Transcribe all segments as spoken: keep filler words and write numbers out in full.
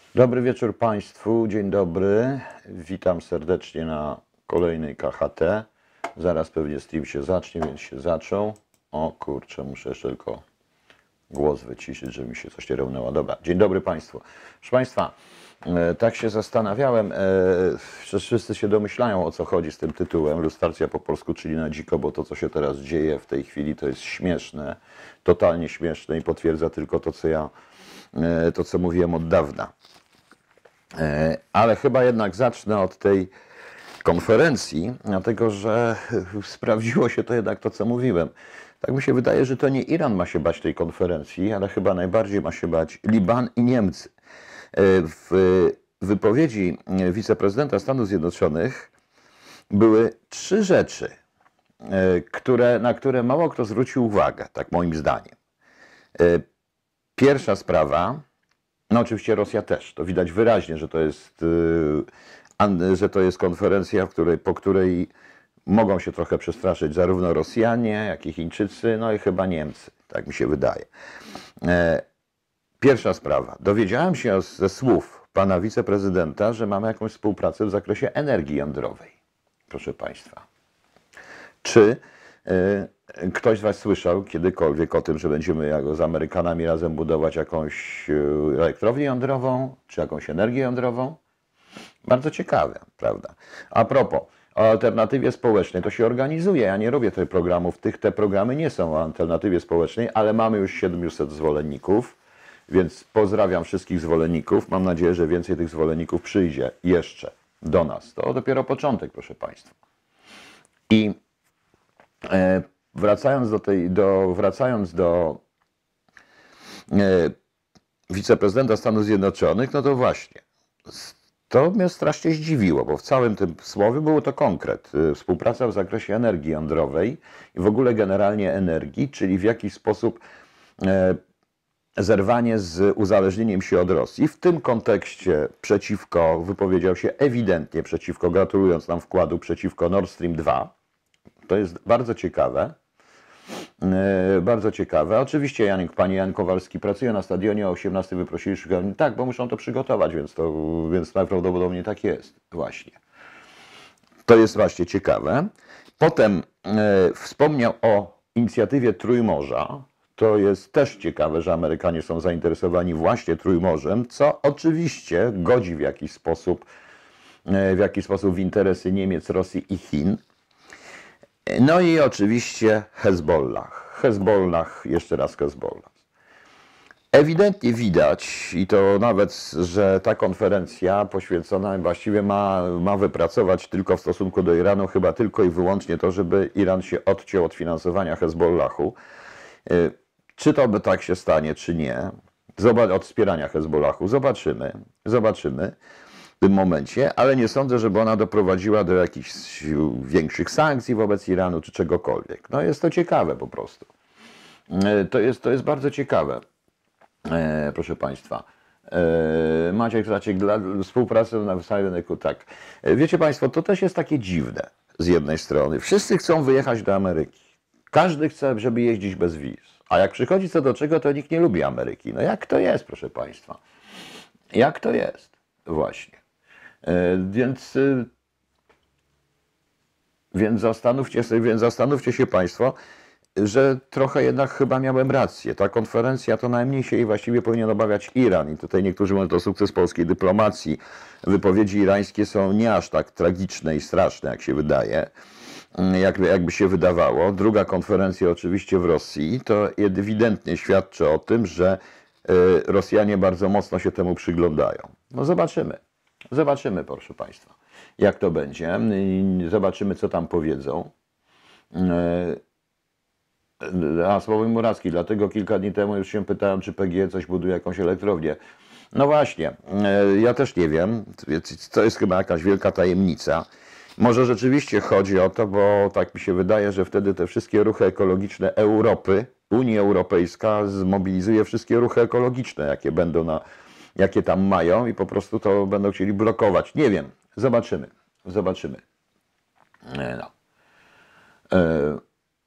Dobry wieczór Państwu, dzień dobry. Witam serdecznie na kolejnej K H T. Zaraz pewnie stream się zacznie, więc się zaczął. O kurczę, muszę jeszcze tylko głos wyciszyć, żeby mi się coś nie równało. Dobra, dzień dobry Państwu. Proszę Państwa, e, tak się zastanawiałem, e, że wszyscy się domyślają, o co chodzi z tym tytułem. Lustracja po polsku, czyli na dziko, bo to, co się teraz dzieje w tej chwili, to jest śmieszne, totalnie śmieszne i potwierdza tylko to, co ja, e, to, co mówiłem od dawna. Ale chyba jednak zacznę od tej konferencji, dlatego że sprawdziło się to jednak to, co mówiłem. Tak mi się wydaje, że to nie Iran ma się bać tej konferencji, ale chyba najbardziej ma się bać Liban i Niemcy. W wypowiedzi wiceprezydenta Stanów Zjednoczonych były trzy rzeczy, które, na które mało kto zwrócił uwagę, tak moim zdaniem. Pierwsza sprawa, no oczywiście Rosja też. To widać wyraźnie, że to jest, że to jest konferencja, w której, po której mogą się trochę przestraszyć zarówno Rosjanie, jak i Chińczycy, no i chyba Niemcy. Tak mi się wydaje. Pierwsza sprawa. Dowiedziałem się ze słów pana wiceprezydenta, że mamy jakąś współpracę w zakresie energii jądrowej. Proszę Państwa. Czy ktoś z Was słyszał kiedykolwiek o tym, że będziemy jako z Amerykanami razem budować jakąś elektrownię jądrową, czy jakąś energię jądrową? Bardzo ciekawe, prawda? A propos, o alternatywie społecznej to się organizuje. Ja nie robię tych programów, tych, te programy nie są o alternatywie społecznej, ale mamy już siedmiuset zwolenników, więc pozdrawiam wszystkich zwolenników. Mam nadzieję, że więcej tych zwolenników przyjdzie jeszcze do nas. To dopiero początek, proszę Państwa. I e, Wracając do tej, do, wracając do e, wiceprezydenta Stanów Zjednoczonych, no to właśnie, to mnie strasznie zdziwiło, bo w całym tym słowie było to konkret. Współpraca w zakresie energii jądrowej i w ogóle generalnie energii, czyli w jakiś sposób e, zerwanie z uzależnieniem się od Rosji. W tym kontekście przeciwko, wypowiedział się ewidentnie przeciwko, gratulując nam wkładu przeciwko Nord Stream dwa. To jest bardzo ciekawe. Bardzo ciekawe. Oczywiście Jan, pani Jan Kowalski pracuje na stadionie, o osiemnastej wyprosili szkolenie. Tak, bo muszą to przygotować, więc, to, więc najprawdopodobniej tak jest. Właśnie. To jest właśnie ciekawe. Potem e, wspomniał o inicjatywie Trójmorza. To jest też ciekawe, że Amerykanie są zainteresowani właśnie Trójmorzem, co oczywiście godzi w jakiś sposób, e, w jakiś sposób w interesy Niemiec, Rosji i Chin. No i oczywiście Hezbollah. Hezbollah, jeszcze raz Hezbollah. Ewidentnie widać, i to nawet, że ta konferencja poświęcona właściwie ma, ma wypracować tylko w stosunku do Iranu, chyba tylko i wyłącznie to, żeby Iran się odciął od finansowania Hezbollahu. Czy to by tak się stanie, czy nie? Od wspierania Hezbollahu. Zobaczymy. Zobaczymy. W tym momencie, ale nie sądzę, żeby ona doprowadziła do jakichś większych sankcji wobec Iranu czy czegokolwiek. No jest to ciekawe po prostu. To jest, to jest bardzo ciekawe, e, proszę Państwa. E, Maciek Zaciek, dla współpracy na wysadku, tak. Wiecie Państwo, to też jest takie dziwne z jednej strony. Wszyscy chcą wyjechać do Ameryki. Każdy chce, żeby jeździć bez wiz. A jak przychodzi co do czego, to nikt nie lubi Ameryki. No jak to jest, proszę Państwa? Jak to jest? Właśnie. Więc, więc, zastanówcie sobie, więc zastanówcie się Państwo, że trochę jednak chyba miałem rację. Ta konferencja to najmniej się jej właściwie powinien obawiać Iran. I tutaj niektórzy mówią, że to sukces polskiej dyplomacji. Wypowiedzi irańskie są nie aż tak tragiczne i straszne, jak się wydaje, jakby, jakby się wydawało. Druga konferencja oczywiście w Rosji, to ewidentnie świadczy o tym, że Rosjanie bardzo mocno się temu przyglądają. No zobaczymy. Zobaczymy, proszę Państwa, jak to będzie. Zobaczymy, co tam powiedzą. A Sławomir Murawski, dlatego kilka dni temu już się pytałem, czy P G E coś buduje jakąś elektrownię. No właśnie, ja też nie wiem. To jest chyba jakaś wielka tajemnica. Może rzeczywiście chodzi o to, bo tak mi się wydaje, że wtedy te wszystkie ruchy ekologiczne Europy, Unia Europejska zmobilizuje wszystkie ruchy ekologiczne, jakie będą na jakie tam mają i po prostu to będą chcieli blokować. Nie wiem. Zobaczymy. Zobaczymy. No.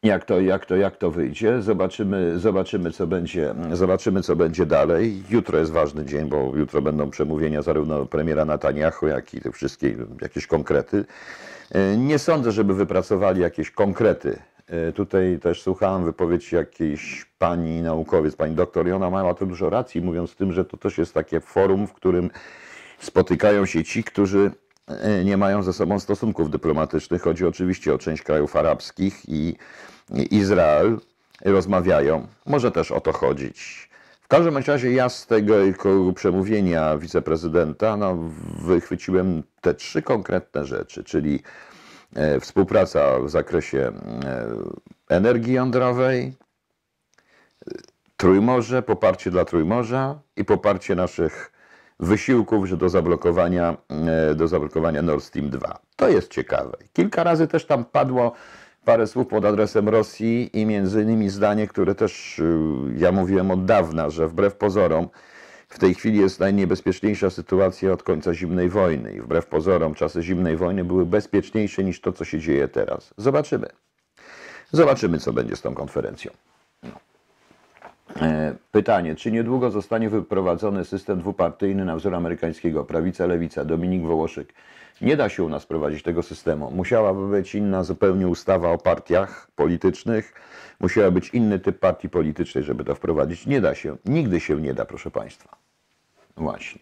Jak to, jak to, jak to wyjdzie? Zobaczymy, zobaczymy, co będzie, zobaczymy, co będzie dalej. Jutro jest ważny dzień, bo jutro będą przemówienia zarówno premiera Netanyahu, jak i te wszystkie jakieś konkrety. Nie sądzę, żeby wypracowali jakieś konkrety. Tutaj też słuchałem wypowiedzi jakiejś pani naukowiec, pani doktor, i ona miała tu dużo racji, mówiąc o tym, że to też jest takie forum, w którym spotykają się ci, którzy nie mają ze sobą stosunków dyplomatycznych. Chodzi oczywiście o część krajów arabskich i Izrael. Rozmawiają. Może też o to chodzić. W każdym razie ja z tego przemówienia wiceprezydenta no, wychwyciłem te trzy konkretne rzeczy, czyli współpraca w zakresie energii jądrowej, Trójmorze, poparcie dla Trójmorza i poparcie naszych wysiłków że do zablokowania, do zablokowania Nord Stream dwa. To jest ciekawe. Kilka razy też tam padło parę słów pod adresem Rosji i między innymi zdanie, które też ja mówiłem od dawna, że wbrew pozorom w tej chwili jest najniebezpieczniejsza sytuacja od końca zimnej wojny i wbrew pozorom czasy zimnej wojny były bezpieczniejsze niż to, co się dzieje teraz. Zobaczymy. Zobaczymy, co będzie z tą konferencją. No. Pytanie, czy niedługo zostanie wyprowadzony system dwupartyjny na wzór amerykańskiego, prawica, lewica, Dominik Wołoszyk? Nie da się u nas prowadzić tego systemu. Musiałaby być inna zupełnie ustawa o partiach politycznych, musiała być inny typ partii politycznej, żeby to wprowadzić. Nie da się. Nigdy się nie da, proszę Państwa. Właśnie.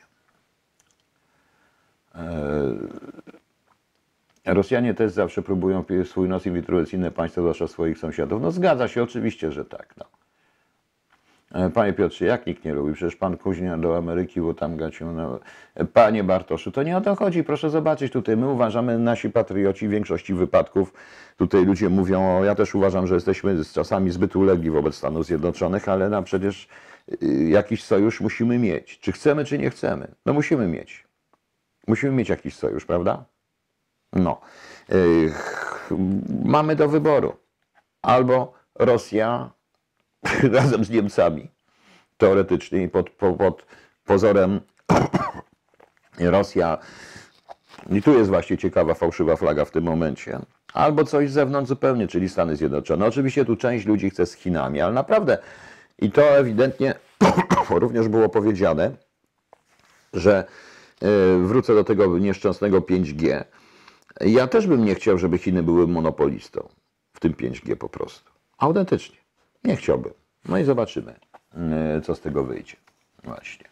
Rosjanie też zawsze próbują swój nos infiltrować inne państwa, zwłaszcza swoich sąsiadów. No zgadza się, oczywiście, że tak. No. Panie Piotrze, jak nikt nie lubi? Przecież pan Kuźnia do Ameryki, bo tam gacią. No. Panie Bartoszu, to nie o to chodzi. Proszę zobaczyć tutaj. My uważamy, nasi patrioci w większości wypadków, tutaj ludzie mówią, o, ja też uważam, że jesteśmy z czasami zbyt ulegli wobec Stanów Zjednoczonych, ale no przecież jakiś sojusz musimy mieć. Czy chcemy, czy nie chcemy? No musimy mieć. Musimy mieć jakiś sojusz, prawda? No. Yy, mamy do wyboru. Albo Rosja razem z Niemcami, teoretycznie pod, pod, pod pozorem Rosja, i tu jest właśnie ciekawa fałszywa flaga w tym momencie, albo coś z zewnątrz zupełnie, czyli Stany Zjednoczone. Oczywiście tu część ludzi chce z Chinami, ale naprawdę, i to ewidentnie również było powiedziane, że wrócę do tego nieszczęsnego pięć G. Ja też bym nie chciał, żeby Chiny były monopolistą w tym pięć G po prostu. Autentycznie. Nie chciałbym. No i zobaczymy, co z tego wyjdzie. Właśnie.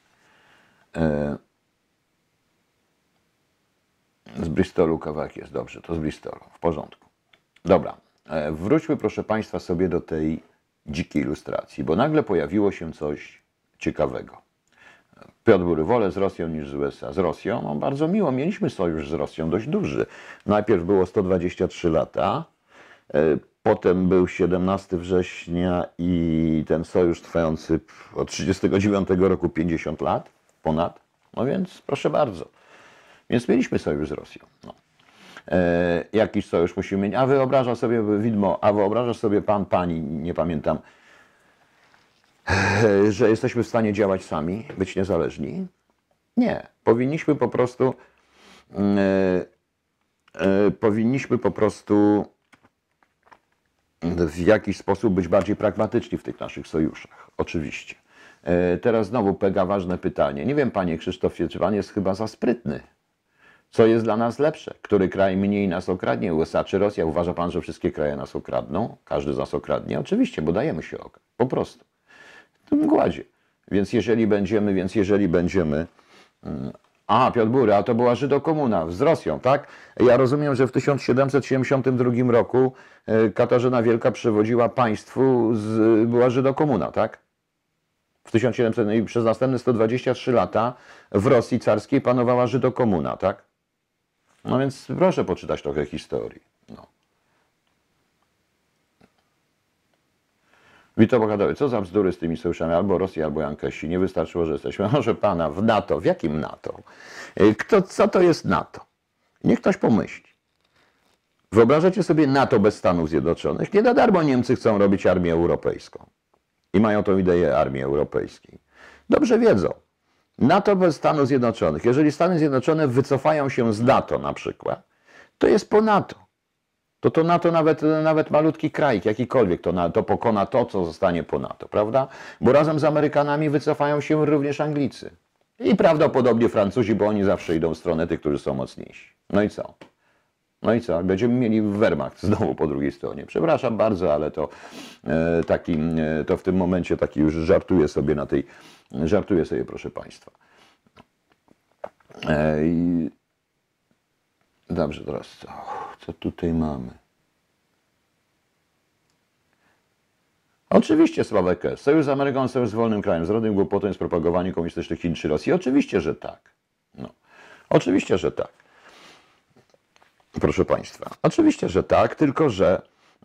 Z Bristolu kawałek jest. Dobrze, to z Bristolu. W porządku. Dobra. Wróćmy, proszę Państwa, sobie do tej dzikiej ilustracji, bo nagle pojawiło się coś ciekawego. Piotr Bury, wolę z Rosją niż z U S A. Z Rosją? No bardzo miło. Mieliśmy sojusz z Rosją dość duży. Najpierw było sto dwadzieścia trzy lata. Potem był siedemnastego września i ten sojusz trwający od trzydziestego dziewiątego roku pięćdziesiąt lat, ponad. No więc proszę bardzo. Więc mieliśmy sojusz z Rosją. No. E, jakiś sojusz musimy mieć. A wyobraża sobie widmo, a wyobraża sobie pan, pani, nie pamiętam, e, że jesteśmy w stanie działać sami, być niezależni? Nie. Powinniśmy po prostu e, e, powinniśmy po prostu w jakiś sposób być bardziej pragmatyczni w tych naszych sojuszach. Oczywiście. Teraz znowu pega ważne pytanie. Nie wiem, panie Krzysztofie, czy pan jest chyba za sprytny? Co jest dla nas lepsze? Który kraj mniej nas okradnie? U S A czy Rosja? Uważa pan, że wszystkie kraje nas okradną? Każdy z nas okradnie? Oczywiście, bo dajemy się okradł. Po prostu. W tym gładzie. Więc jeżeli będziemy, więc jeżeli będziemy... A, Piotr Bury, a to była Żydokomuna z Rosją, tak? Ja rozumiem, że w tysiąc siedemset siedemdziesiątym drugim roku Katarzyna Wielka przewodziła państwu, z, była Żydokomuna, tak? W tysiąc siedemset i przez następne sto dwadzieścia trzy lata w Rosji carskiej panowała Żydokomuna, tak? No więc proszę poczytać trochę historii. No. Witam bohaterowie, co za bzdury z tymi sojuszami? Albo Rosja, albo Jankesi. Nie wystarczyło, że jesteśmy. Proszę pana, w NATO. W jakim NATO? Kto, co to jest NATO? Niech ktoś pomyśli. Wyobrażacie sobie NATO bez Stanów Zjednoczonych? Nie na darmo Niemcy chcą robić armię europejską. I mają tą ideę armii europejskiej. Dobrze wiedzą. NATO bez Stanów Zjednoczonych. Jeżeli Stany Zjednoczone wycofają się z NATO na przykład, to jest po NATO. to to NATO nawet, nawet malutki kraj, jakikolwiek, to, na, to pokona to, co zostanie po NATO, prawda? Bo razem z Amerykanami wycofają się również Anglicy. I prawdopodobnie Francuzi, bo oni zawsze idą w stronę tych, którzy są mocniejsi. No i co? No i co? Będziemy mieli Wehrmacht znowu po drugiej stronie. Przepraszam bardzo, ale to, e, taki, e, to w tym momencie taki już żartuję sobie na tej, żartuję sobie, proszę Państwa. E, i... Dobrze, teraz co? Co tutaj mamy? Oczywiście, Sławek S. Sojusz z Ameryką, sojusz z wolnym krajem, z rodem głupotą jest propagowanie komunistycznych Chin czy Rosji. Oczywiście, że tak. No. Oczywiście, że tak. Proszę Państwa, oczywiście, że tak, tylko że,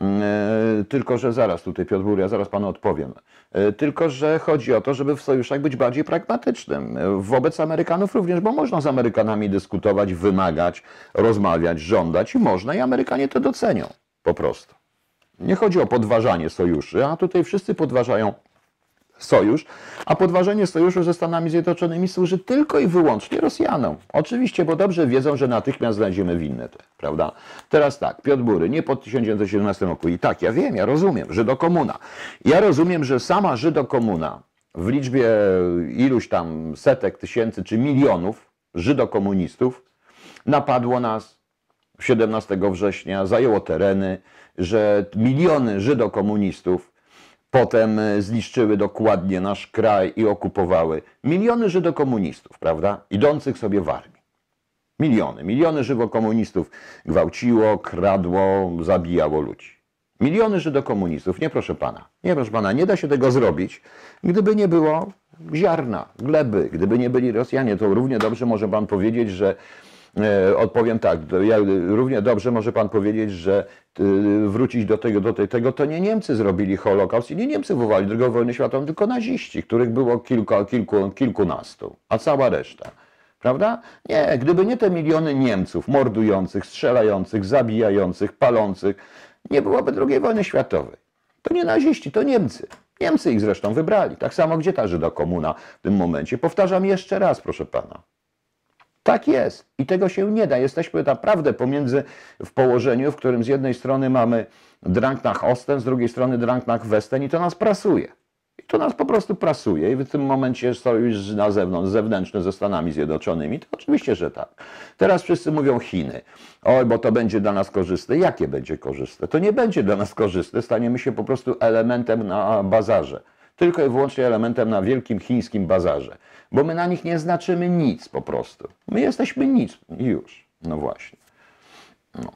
yy, tylko że zaraz tutaj Piotr Bur, ja zaraz Panu odpowiem, yy, tylko że chodzi o to, żeby w sojuszach być bardziej pragmatycznym yy, wobec Amerykanów również, bo można z Amerykanami dyskutować, wymagać, rozmawiać, żądać i można i Amerykanie to docenią po prostu. Nie chodzi o podważanie sojuszy, a tutaj wszyscy podważają sojusz, a podważenie sojuszu ze Stanami Zjednoczonymi służy tylko i wyłącznie Rosjanom. Oczywiście, bo dobrze wiedzą, że natychmiast znajdziemy winne te, prawda? Teraz tak, Piotr Bury, nie po tysiąc dziewięćset siedemnastym roku. I tak, ja wiem, ja rozumiem, Żydokomuna. Ja rozumiem, że sama Żydokomuna w liczbie iluś tam setek tysięcy czy milionów Żydokomunistów napadło nas siedemnastego września, zajęło tereny, że miliony Żydokomunistów potem zniszczyły dokładnie nasz kraj i okupowały miliony Żydokomunistów, prawda? Idących sobie w armii. Miliony. Miliony Żydokomunistów gwałciło, kradło, zabijało ludzi. Miliony Żydokomunistów. Nie, proszę Pana. Nie, proszę Pana. Nie da się tego zrobić, gdyby nie było ziarna, gleby. Gdyby nie byli Rosjanie, to równie dobrze może Pan powiedzieć, że E, odpowiem tak, ja, równie dobrze może Pan powiedzieć, że y, wrócić do tego, do tej, tego, to nie Niemcy zrobili Holokaust i nie Niemcy wywołali drugą wojnę światową, tylko naziści, których było kilku, kilku, kilkunastu, a cała reszta. Prawda? Nie, gdyby nie te miliony Niemców mordujących, strzelających, zabijających, palących, nie byłoby drugiej wojny światowej. To nie naziści, to Niemcy. Niemcy ich zresztą wybrali. Tak samo gdzie ta Żydokomuna w tym momencie. Powtarzam jeszcze raz, proszę Pana. Tak jest i tego się nie da. Jesteśmy naprawdę pomiędzy w położeniu, w którym z jednej strony mamy Drang nach Osten, z drugiej strony Drang nach Westen i to nas prasuje. I to nas po prostu prasuje i w tym momencie sojusz na zewnątrz, zewnętrzny ze Stanami Zjednoczonymi, to oczywiście, że tak. Teraz wszyscy mówią Chiny. Oj, bo to będzie dla nas korzystne. Jakie będzie korzystne? To nie będzie dla nas korzystne. Staniemy się po prostu elementem na bazarze. Tylko i wyłącznie elementem na wielkim chińskim bazarze. Bo my na nich nie znaczymy nic po prostu. My jesteśmy nic i już. No właśnie. No,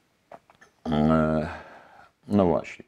no właśnie.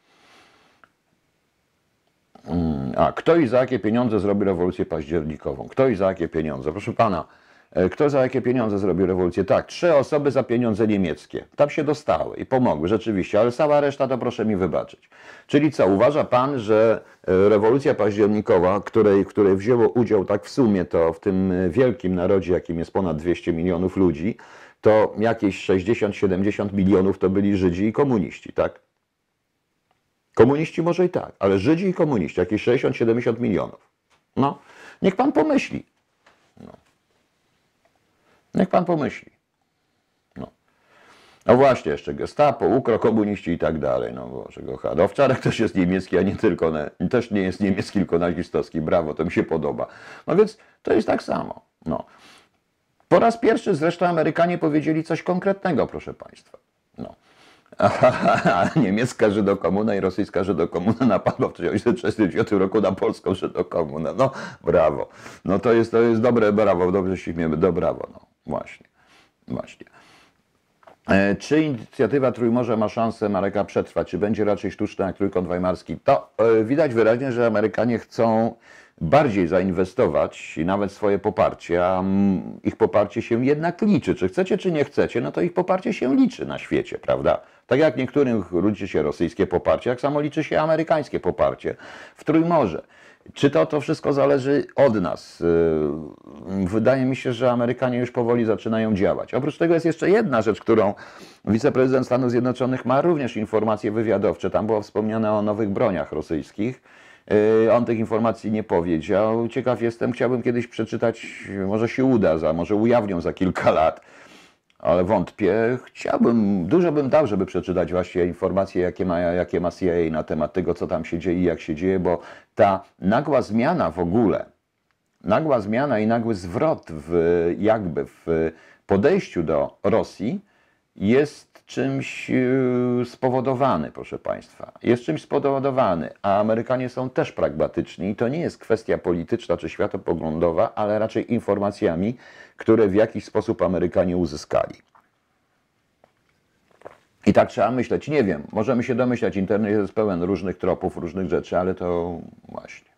A kto i za jakie pieniądze zrobi rewolucję październikową? Kto i za jakie pieniądze? Proszę Pana, kto za jakie pieniądze zrobił rewolucję? Tak, trzy osoby za pieniądze niemieckie. Tam się dostały i pomogły, rzeczywiście, ale cała reszta to proszę mi wybaczyć. Czyli co, uważa Pan, że rewolucja październikowa, której, w której wzięło udział tak w sumie to w tym wielkim narodzie, jakim jest ponad dwieście milionów ludzi, to jakieś sześćdziesiąt siedemdziesiąt milionów to byli Żydzi i komuniści, tak? Komuniści może i tak, ale Żydzi i komuniści, jakieś sześćdziesiąt siedemdziesiąt milionów. No, niech Pan pomyśli. No. Niech Pan pomyśli. No. No właśnie, jeszcze Gestapo, Ukro, komuniści i tak dalej. No Boże kochany. No, Owczarek też jest niemiecki, a nie tylko, też nie jest niemiecki, tylko nazistowski. Brawo, to mi się podoba. No więc to jest tak samo. No. Po raz pierwszy zresztą Amerykanie powiedzieli coś konkretnego, proszę Państwa. No. A niemiecka Żydokomuna i rosyjska Żydokomuna napadła w tysiąc dziewięćset trzydziestym dziewiątym roku na polską Żydokomunę. No brawo. No to jest, to jest dobre brawo, dobrze się śmiemy. Do brawo, no właśnie. Właśnie. E, czy inicjatywa Trójmorza ma szansę Mareka przetrwać? Czy będzie raczej sztuczna jak Trójkąt Weimarski? To e, widać wyraźnie, że Amerykanie chcą bardziej zainwestować i nawet swoje poparcie, a ich poparcie się jednak liczy. Czy chcecie, czy nie chcecie, no to ich poparcie się liczy na świecie, prawda? Tak jak niektórym liczy się rosyjskie poparcie, jak samo liczy się amerykańskie poparcie w Trójmorze. Czy to, to wszystko zależy od nas? Wydaje mi się, że Amerykanie już powoli zaczynają działać. Oprócz tego jest jeszcze jedna rzecz, którą wiceprezydent Stanów Zjednoczonych ma również informacje wywiadowcze. Tam było wspomniane o nowych broniach rosyjskich. On tych informacji nie powiedział. Ciekaw jestem, chciałbym kiedyś przeczytać, może się uda, za, może ujawnią za kilka lat, ale wątpię. Chciałbym, dużo bym dał, żeby przeczytać właśnie informacje, jakie ma, jakie ma C I A na temat tego, co tam się dzieje i jak się dzieje, bo ta nagła zmiana w ogóle, nagła zmiana i nagły zwrot w, jakby w podejściu do Rosji jest czymś spowodowany, proszę Państwa. Jest czymś spowodowany, a Amerykanie są też pragmatyczni i to nie jest kwestia polityczna czy światopoglądowa, ale raczej informacjami, które w jakiś sposób Amerykanie uzyskali. I tak trzeba myśleć. Nie wiem, możemy się domyślać, internet jest pełen różnych tropów, różnych rzeczy, ale to właśnie.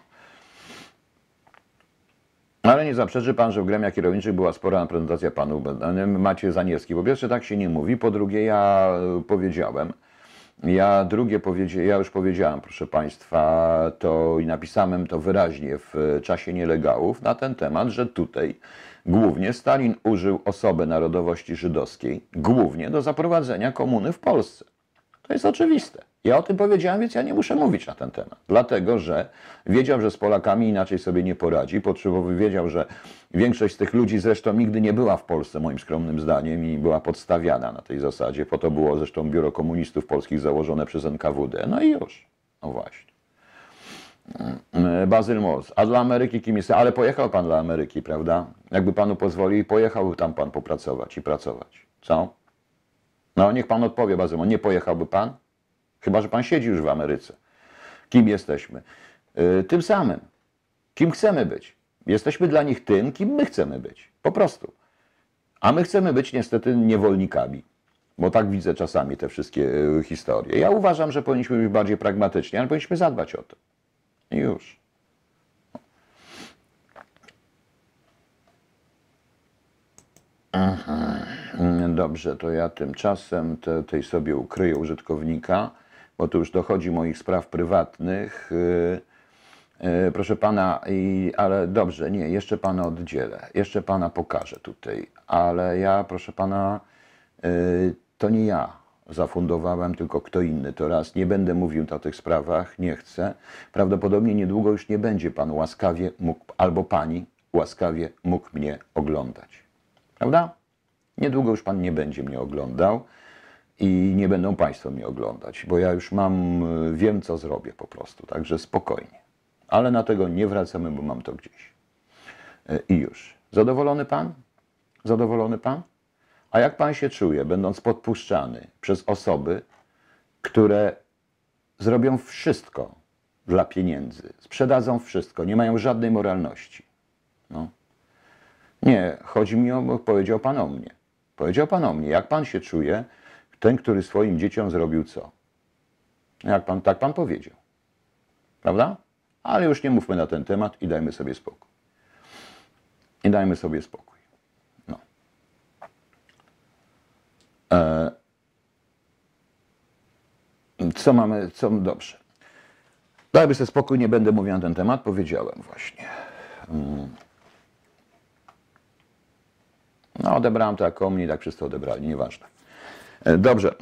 Ale nie zaprzeczy pan, że w gremiach kierowniczych była spora prezentacja panów. Macie Zaniewski. Po pierwsze, tak się nie mówi. Po drugie, ja powiedziałem, ja drugie powiedziałem, ja już powiedziałem, proszę państwa, to i napisałem to wyraźnie w czasie nielegałów na ten temat, że tutaj głównie Stalin użył osoby narodowości żydowskiej głównie do zaprowadzenia komuny w Polsce. To jest oczywiste. Ja o tym powiedziałem, więc ja nie muszę mówić na ten temat. Dlatego, że wiedział, że z Polakami inaczej sobie nie poradzi. Potrzebował, wiedział, że większość z tych ludzi zresztą nigdy nie była w Polsce, moim skromnym zdaniem, i była podstawiana na tej zasadzie. Po to było zresztą Biuro Komunistów Polskich założone przez N K W D. No i już. No właśnie. Bazyl Mors. A dla Ameryki kim jest? Ale pojechał pan dla Ameryki, prawda? Jakby panu pozwolił, pojechałby tam pan popracować i pracować. Co? No niech pan odpowie, Bazyl. Nie pojechałby pan? Chyba że pan siedzi już w Ameryce. Kim jesteśmy? Yy, tym samym. Kim chcemy być? Jesteśmy dla nich tym, kim my chcemy być. Po prostu. A my chcemy być niestety niewolnikami. Bo tak widzę czasami te wszystkie yy, historie. Ja uważam, że powinniśmy być bardziej pragmatyczni, ale powinniśmy zadbać o to. I już. Aha. Dobrze, to ja tymczasem te, tej sobie ukryję użytkownika, bo tu już dochodzi moich spraw prywatnych. Yy, yy, proszę pana, i, ale dobrze, nie, jeszcze pana oddzielę, jeszcze pana pokażę tutaj, ale ja, proszę pana, yy, to nie ja zafundowałem, tylko kto inny. To raz, nie będę mówił o tych sprawach, nie chcę. Prawdopodobnie niedługo już nie będzie pan łaskawie mógł, albo pani łaskawie mógł mnie oglądać. Prawda? Niedługo już pan nie będzie mnie oglądał i nie będą państwo mnie oglądać, bo ja już mam, wiem co zrobię po prostu, także spokojnie. Ale na tego nie wracamy, bo mam to gdzieś. I już. Zadowolony pan? Zadowolony pan? A jak pan się czuje, będąc podpuszczany przez osoby, które zrobią wszystko dla pieniędzy, sprzedadzą wszystko, nie mają żadnej moralności? No. Nie, chodzi mi o, powiedział pan o mnie. Powiedział pan o mnie. Jak pan się czuje, ten, który swoim dzieciom zrobił co? Jak pan, tak pan powiedział. Prawda? Ale już nie mówmy na ten temat i dajmy sobie spokój. I dajmy sobie spokój. No. E, co mamy, co, dobrze. Dajmy sobie spokój, nie będę mówił na ten temat, powiedziałem właśnie. Hmm. No, odebrałem to jako mnie, tak wszyscy odebrali, nieważne. Dobrze.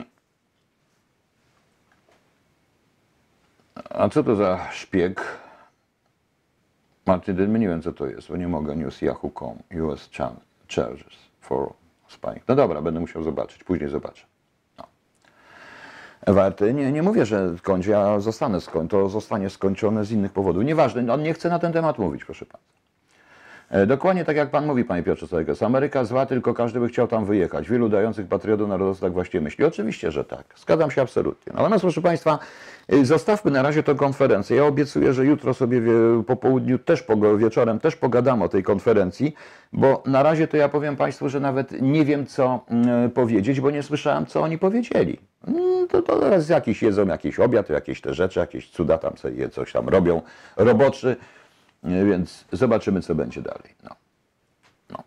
A co to za szpieg? Martin, nie wiem co to jest, bo nie mogę. News yahoo kropka com, U S charges for spying. No dobra, będę musiał zobaczyć, później zobaczę. No. Warty, nie, nie mówię, że kończę, ja zostanę skoń, to zostanie skończone z innych powodów. Nieważne, on nie chce na ten temat mówić, proszę pana. Dokładnie tak jak pan mówi, panie Piotrze Sołekes. Ameryka zła, tylko każdy by chciał tam wyjechać. Wielu dających patriotów narodowców tak właśnie myśli. Oczywiście, że tak. Zgadzam się absolutnie. Natomiast, proszę państwa, zostawmy na razie tę konferencję. Ja obiecuję, że jutro sobie po południu też, wieczorem też pogadamy o tej konferencji, bo na razie to ja powiem państwu, że nawet nie wiem, co powiedzieć, bo nie słyszałem, co oni powiedzieli. To, to teraz jakiś jedzą jakiś obiad, jakieś te rzeczy, jakieś cuda tam sobie coś tam robią, roboczy. Więc zobaczymy, co będzie dalej. No. No.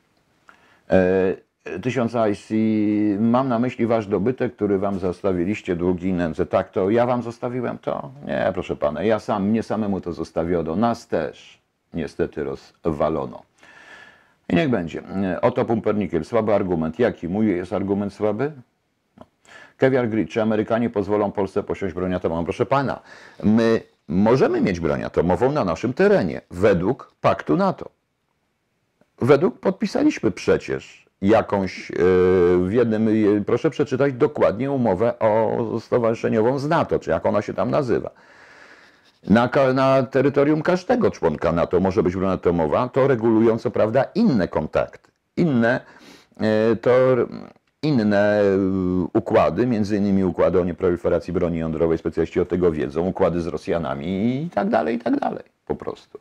E, tysiąc I C, mam na myśli wasz dobytek, który wam zostawiliście, długi nędzy. Tak, to ja wam zostawiłem to? Nie, proszę pana, ja sam, mnie samemu to zostawiono. Nas też niestety rozwalono. I niech będzie. Oto Pumpernickel, słaby argument. Jaki? Mój jest argument słaby? No. Keviar Grid, czy Amerykanie pozwolą Polsce posiąść broń atomową? Proszę pana, my możemy mieć broń atomową na naszym terenie, według paktu NATO. Według, podpisaliśmy przecież jakąś, w jednym, proszę przeczytać dokładnie umowę o stowarzyszeniową z NATO, czy jak ona się tam nazywa. Na, na terytorium każdego członka NATO może być broń atomowa, to regulują co prawda inne kontakty, inne, to, inne układy, między innymi układy o nieproliferacji broni jądrowej, specjaliści od tego wiedzą, układy z Rosjanami i tak dalej, i tak dalej, po prostu.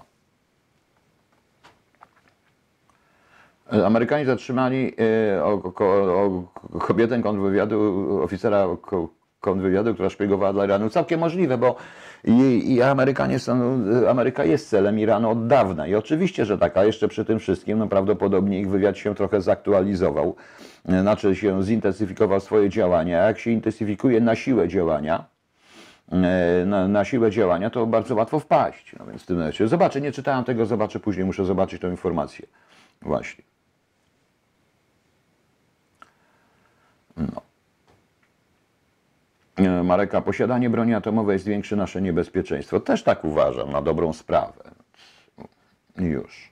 No. Amerykanie zatrzymali o, o, o kobietę kontrwywiadu, oficera kontrwywiadu, która szpiegowała dla Iranu. Całkiem możliwe, bo i, i Amerykanie są, Ameryka jest celem Iranu od dawna. I oczywiście, że tak, a jeszcze przy tym wszystkim, no prawdopodobnie ich wywiad się trochę zaktualizował, znaczy się zintensyfikował swoje działania. Jak się intensyfikuje na siłę działania, na, na siłę działania, to bardzo łatwo wpaść. No więc w tym momencie, zobaczę, nie czytałem tego, zobaczę później, muszę zobaczyć tę informację. Właśnie. No. Mareka, posiadanie broni atomowej zwiększy nasze niebezpieczeństwo. Też tak uważam, na dobrą sprawę. Już.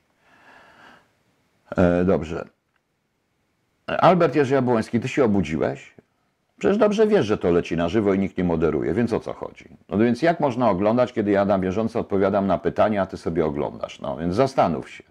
E, dobrze. Albert Jerzy Jabłoński, ty się obudziłeś? Przecież dobrze wiesz, że to leci na żywo i nikt nie moderuje, więc o co chodzi? No więc jak można oglądać, kiedy ja na bieżąco odpowiadam na pytania, a ty sobie oglądasz? No więc zastanów się.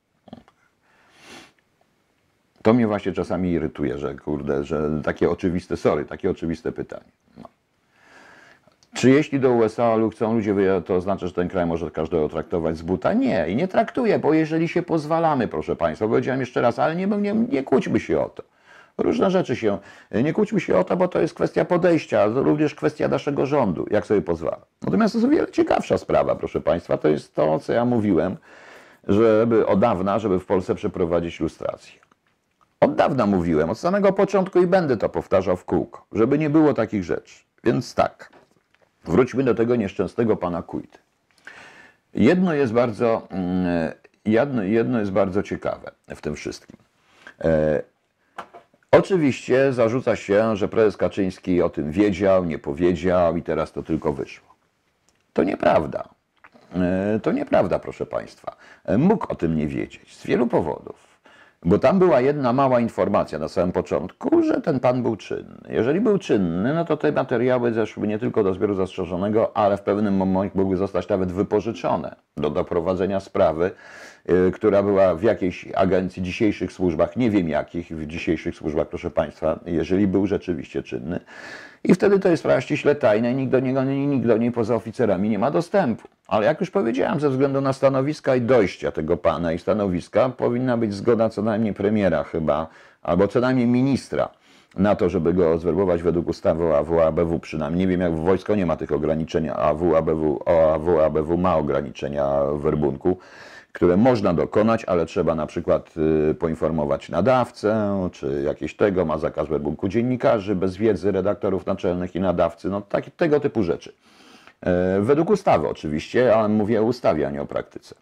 To mnie właśnie czasami irytuje, że kurde, że takie oczywiste, sorry, takie oczywiste pytanie. No. Czy jeśli do U S A chcą ludzie wyjechać, to oznacza, że ten kraj może każdego traktować z buta? Nie, i nie traktuje, bo jeżeli się pozwalamy, proszę Państwa, powiedziałem jeszcze raz, ale nie, nie, nie kłóćmy się o to. Różne rzeczy się, nie kłóćmy się o to, bo to jest kwestia podejścia, to również kwestia naszego rządu, jak sobie pozwala. Natomiast to jest o wiele ciekawsza sprawa, proszę Państwa, to jest to, co ja mówiłem, żeby od dawna, żeby w Polsce przeprowadzić lustrację. Od dawna mówiłem, od samego początku i będę to powtarzał w kółko, żeby nie było takich rzeczy. Więc tak, wróćmy do tego nieszczęsnego pana Kujdy. Jedno jest bardzo, jedno, jedno jest bardzo ciekawe w tym wszystkim. E, oczywiście zarzuca się, że prezes Kaczyński o tym wiedział, nie powiedział i teraz to tylko wyszło. To nieprawda. E, to nieprawda, proszę Państwa. E, mógł o tym nie wiedzieć z wielu powodów. Bo tam była jedna mała informacja na samym początku, że ten pan był czynny. Jeżeli był czynny, no to te materiały zeszły nie tylko do zbioru zastrzeżonego, ale w pewnym momencie mogły zostać nawet wypożyczone do doprowadzenia sprawy, yy, która była w jakiejś agencji, dzisiejszych służbach, nie wiem jakich, w dzisiejszych służbach, proszę Państwa, jeżeli był rzeczywiście czynny. I wtedy to jest sprawa ściśle tajna i nikt do niego, nikt do niej poza oficerami nie ma dostępu. Ale jak już powiedziałem, ze względu na stanowiska i dojścia tego pana i stanowiska, powinna być zgoda co najmniej premiera chyba, albo co najmniej ministra na to, żeby go zwerbować według ustawy o A W A B W przynajmniej. Nie wiem, jak w wojsko nie ma tych ograniczeń, a A W A B W, o A W A B W ma ograniczenia w werbunku, które można dokonać, ale trzeba na przykład y, poinformować nadawcę, czy jakieś tego, ma zakaz werbunku dziennikarzy, bez wiedzy redaktorów naczelnych i nadawcy, no tak, tego typu rzeczy. E, według ustawy oczywiście, ale mówię o ustawie, a nie o praktyce.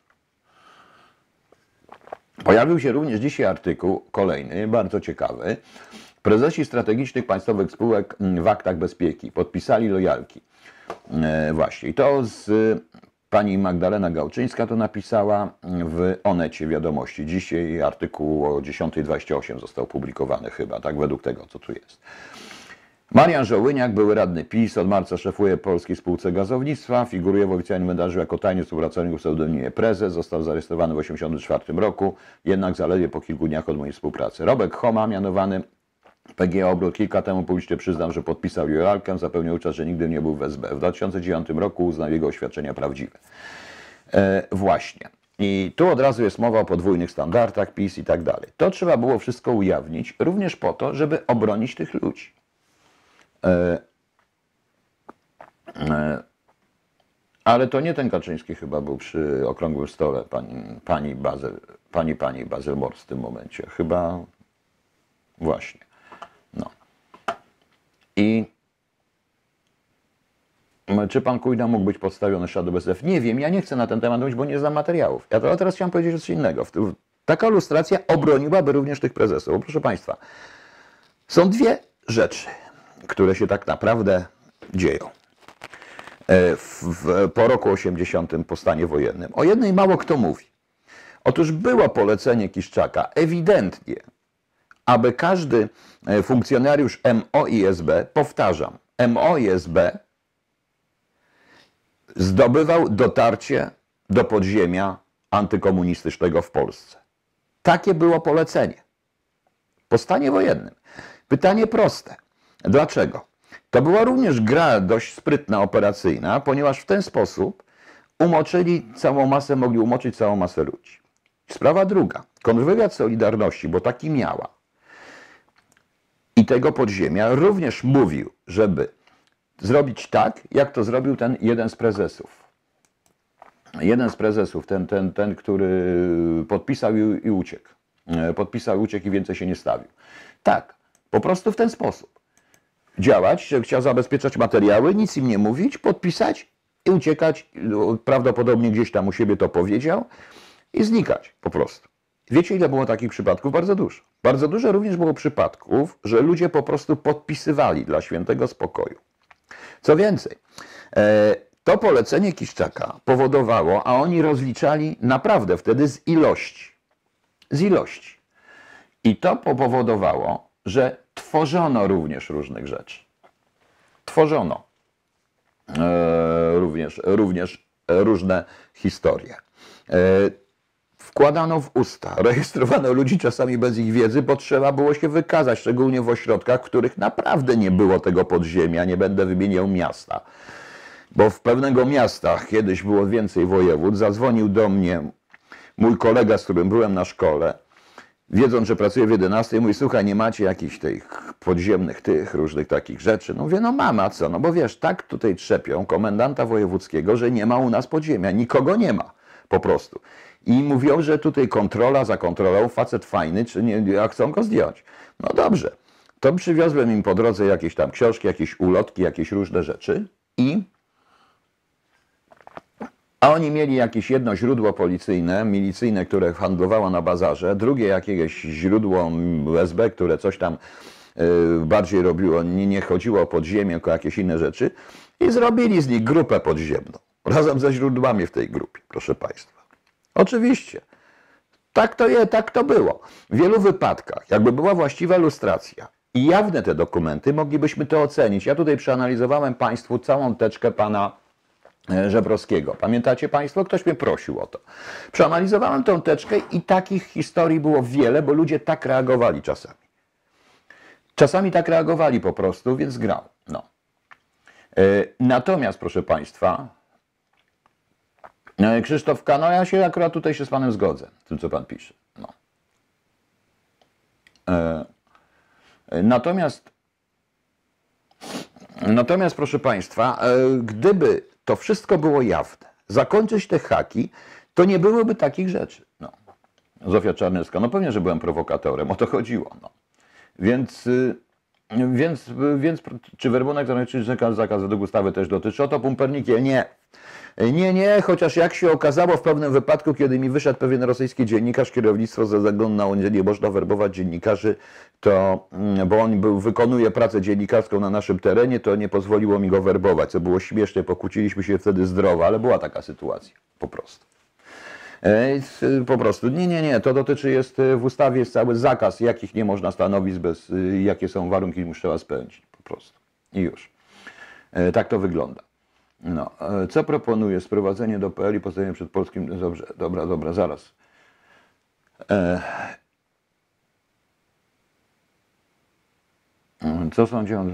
Pojawił się również dzisiaj artykuł kolejny, bardzo ciekawy. Prezesi strategicznych państwowych spółek w aktach bezpieki podpisali lojalki. E, właśnie, i to z pani Magdalena Gałczyńska to napisała w Onecie Wiadomości. Dzisiaj artykuł o dziesiątej dwadzieścia osiem został opublikowany chyba, tak według tego, co tu jest. Marian Żołyniak, były radny PiS, od marca szefuje Polskiej Spółce Gazownictwa, figuruje w oficjalnym inwentarzu jako tajny współpracownik w pseudonimie Prezes, został zarejestrowany w tysiąc dziewięćset osiemdziesiątym czwartym roku, jednak zaledwie po kilku dniach od mojej współpracy. Robek Homa, mianowany P G A Obrót, kilka temu publicznie przyznał, że podpisał lojalkę, zapewniał czas, że nigdy nie był w S B. W dwa tysiące dziewiątym roku uznał jego oświadczenia prawdziwe. E, właśnie. I tu od razu jest mowa o podwójnych standardach PiS i tak dalej. To trzeba było wszystko ujawnić, również po to, żeby obronić tych ludzi. E, e, ale to nie ten Kaczyński chyba był przy okrągłym stole, pani, pani, Bazel, pani, pani Bazel-Mors w tym momencie. Chyba właśnie. No. I czy pan Kujda mógł być podstawiony Shadow S F? Nie wiem, ja nie chcę na ten temat mówić, bo nie znam materiałów. Ja to, teraz chciałem powiedzieć coś innego. Taka lustracja obroniłaby również tych prezesów. Bo proszę Państwa, są dwie rzeczy, które się tak naprawdę dzieją w, w, po roku osiemdziesiątym, po stanie wojennym. O jednej mało kto mówi. Otóż było polecenie Kiszczaka, ewidentnie, aby każdy funkcjonariusz M O i S B, powtarzam, M O i S B zdobywał dotarcie do podziemia antykomunistycznego w Polsce. Takie było polecenie. Po stanie wojennym. Pytanie proste. Dlaczego? To była również gra dość sprytna, operacyjna, ponieważ w ten sposób umoczyli całą masę, mogli umoczyć całą masę ludzi. Sprawa druga. Kontrwywiad Solidarności, bo taki miała, i tego podziemia również mówił, żeby zrobić tak, jak to zrobił ten jeden z prezesów. Jeden z prezesów, ten, ten, ten który podpisał i, i uciekł. Podpisał, uciekł i więcej się nie stawił. Tak, po prostu w ten sposób. Działać, że chciał zabezpieczać materiały, nic im nie mówić, podpisać i uciekać. Prawdopodobnie gdzieś tam u siebie to powiedział i znikać po prostu. Wiecie, ile było takich przypadków? Bardzo dużo. Bardzo dużo również było przypadków, że ludzie po prostu podpisywali dla świętego spokoju. Co więcej, to polecenie Kiszczaka powodowało, a oni rozliczali naprawdę wtedy z ilości. Z ilości. I to powodowało, że tworzono również różnych rzeczy. Tworzono e, również, również różne historie. E, wkładano w usta, rejestrowano ludzi czasami bez ich wiedzy, bo trzeba było się wykazać, szczególnie w ośrodkach, w których naprawdę nie było tego podziemia, nie będę wymieniał miasta. Bo w pewnego miasta, kiedyś było więcej województw, zadzwonił do mnie mój kolega, z którym byłem na szkole, wiedząc, że pracuję w jedenastej, mówi, słuchaj, nie macie jakichś tych podziemnych, tych różnych takich rzeczy? No mówię, no mam, a co? No bo wiesz, tak tutaj trzepią komendanta wojewódzkiego, że nie ma u nas podziemia, nikogo nie ma po prostu. I mówią, że tutaj kontrola za kontrolą, facet fajny, czy nie, a chcą go zdjąć. No dobrze, to przywiozłem im po drodze jakieś tam książki, jakieś ulotki, jakieś różne rzeczy i a oni mieli jakieś jedno źródło policyjne, milicyjne, które handlowało na bazarze, drugie jakieś źródło S B, które coś tam y, bardziej robiło, nie, nie chodziło o podziemie, tylko jakieś inne rzeczy i zrobili z nich grupę podziemną, razem ze źródłami w tej grupie, proszę Państwa. Oczywiście, tak to jest, tak to było. W wielu wypadkach, jakby była właściwa lustracja i jawne te dokumenty, moglibyśmy to ocenić. Ja tutaj przeanalizowałem Państwu całą teczkę pana Żebrowskiego. Pamiętacie Państwo? Ktoś mnie prosił o to. Przeanalizowałem tę teczkę i takich historii było wiele, bo ludzie tak reagowali czasami. Czasami tak reagowali po prostu, więc grał. No. Natomiast, proszę Państwa, Krzysztof K., no ja się akurat tutaj się z Panem zgodzę, tym co Pan pisze. No. Natomiast, natomiast, proszę Państwa, gdyby to wszystko było jawne, zakończyć te haki, to nie byłoby takich rzeczy. No. Zofia Czarnecka, no pewnie, że byłem prowokatorem, o to chodziło. No. Więc, więc, więc czy werbunek, czy zakaz według ustawy też dotyczy? Oto Pumpernikiel, nie. Nie, nie, chociaż jak się okazało w pewnym wypadku, kiedy mi wyszedł pewien rosyjski dziennikarz, kierownictwo ze względu na on nie można werbować dziennikarzy, to, bo on był, wykonuje pracę dziennikarską na naszym terenie, to nie pozwoliło mi go werbować, co było śmieszne, pokłóciliśmy się wtedy zdrowo, ale była taka sytuacja, po prostu. Po prostu, nie, nie, nie, to dotyczy, jest w ustawie jest cały zakaz, jakich nie można stanowisk, bez, jakie są warunki, muszę trzeba spełnić, po prostu. I już. Tak to wygląda. No, co proponuję? Sprowadzenie do P L i postawienie przed polskim... Dobrze, dobra, dobra, zaraz. Co sądzą?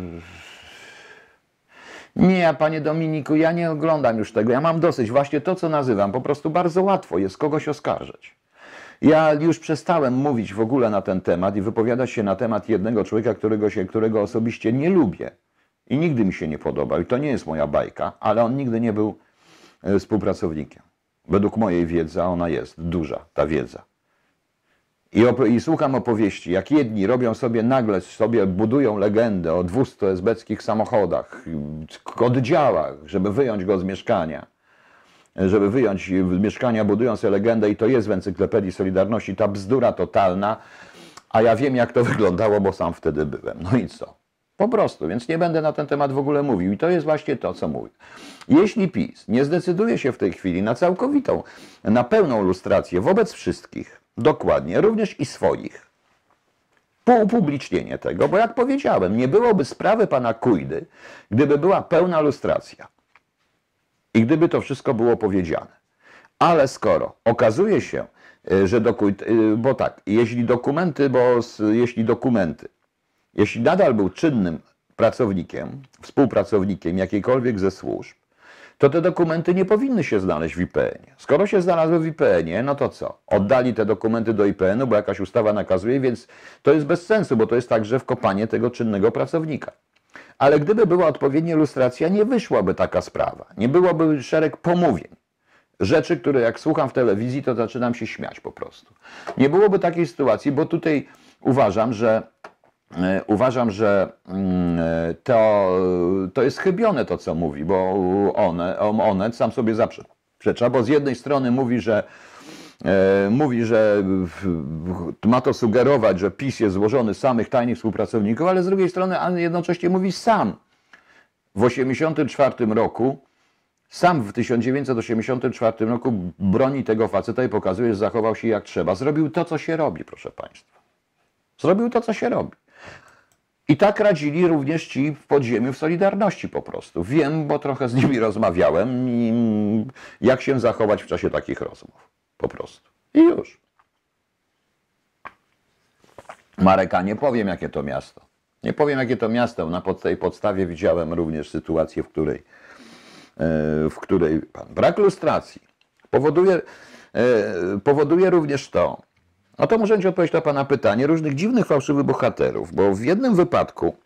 Nie, Panie Dominiku, ja nie oglądam już tego. Ja mam dosyć. Właśnie to, co nazywam, po prostu bardzo łatwo jest kogoś oskarżać. Ja już przestałem mówić w ogóle na ten temat i wypowiadać się na temat jednego człowieka, którego, się, którego osobiście nie lubię. I nigdy mi się nie podobał. I to nie jest moja bajka, ale on nigdy nie był współpracownikiem. Według mojej wiedzy, a ona jest duża, ta wiedza. I, I słucham opowieści, jak jedni robią sobie nagle, sobie budują legendę o dwustu esbeckich samochodach, oddziałach, żeby wyjąć go z mieszkania. Żeby wyjąć z mieszkania, budują sobie legendę i to jest w Encyklopedii Solidarności, ta bzdura totalna, a ja wiem, jak to wyglądało, bo sam wtedy byłem. No i co? Po prostu, więc nie będę na ten temat w ogóle mówił. I to jest właśnie to, co mówię. Jeśli PiS nie zdecyduje się w tej chwili na całkowitą, na pełną lustrację wobec wszystkich, dokładnie, również i swoich, upublicznienie tego, bo jak powiedziałem, nie byłoby sprawy pana Kujdy, gdyby była pełna lustracja i gdyby to wszystko było powiedziane. Ale skoro okazuje się, że do Kujdy, bo tak, jeśli dokumenty, bo jeśli dokumenty, jeśli nadal był czynnym pracownikiem, współpracownikiem jakiejkolwiek ze służb, to te dokumenty nie powinny się znaleźć w I P N ie. Skoro się znalazły w I P N ie, no to co? Oddali te dokumenty do I P N u, bo jakaś ustawa nakazuje, więc to jest bez sensu, bo to jest także wkopanie tego czynnego pracownika. Ale gdyby była odpowiednia lustracja, nie wyszłaby taka sprawa. Nie byłoby szereg pomówień. Rzeczy, które jak słucham w telewizji, to zaczynam się śmiać po prostu. Nie byłoby takiej sytuacji, bo tutaj uważam, że Uważam, że to, to jest chybione to, co mówi, bo one, Onet sam sobie zaprzecza, bo z jednej strony mówi, że mówi, że ma to sugerować, że PiS jest złożony z samych tajnych współpracowników, ale z drugiej strony jednocześnie mówi sam w osiemdziesiątym czwartym roku, sam w tysiąc dziewięćset osiemdziesiątym czwartym roku broni tego faceta i pokazuje, że zachował się jak trzeba. Zrobił to, co się robi, proszę Państwa. Zrobił to, co się robi. I tak radzili również ci w podziemiu w Solidarności po prostu. Wiem, bo trochę z nimi rozmawiałem, i jak się zachować w czasie takich rozmów. Po prostu. I już. Mareka, nie powiem, jakie to miasto. Nie powiem, jakie to miasto. Na tej podstawie widziałem również sytuację, w której, w której pan brak lustracji powoduje, powoduje również to, no to muszę ci odpowiedzieć na pana pytanie, różnych dziwnych, fałszywych bohaterów, bo w jednym wypadku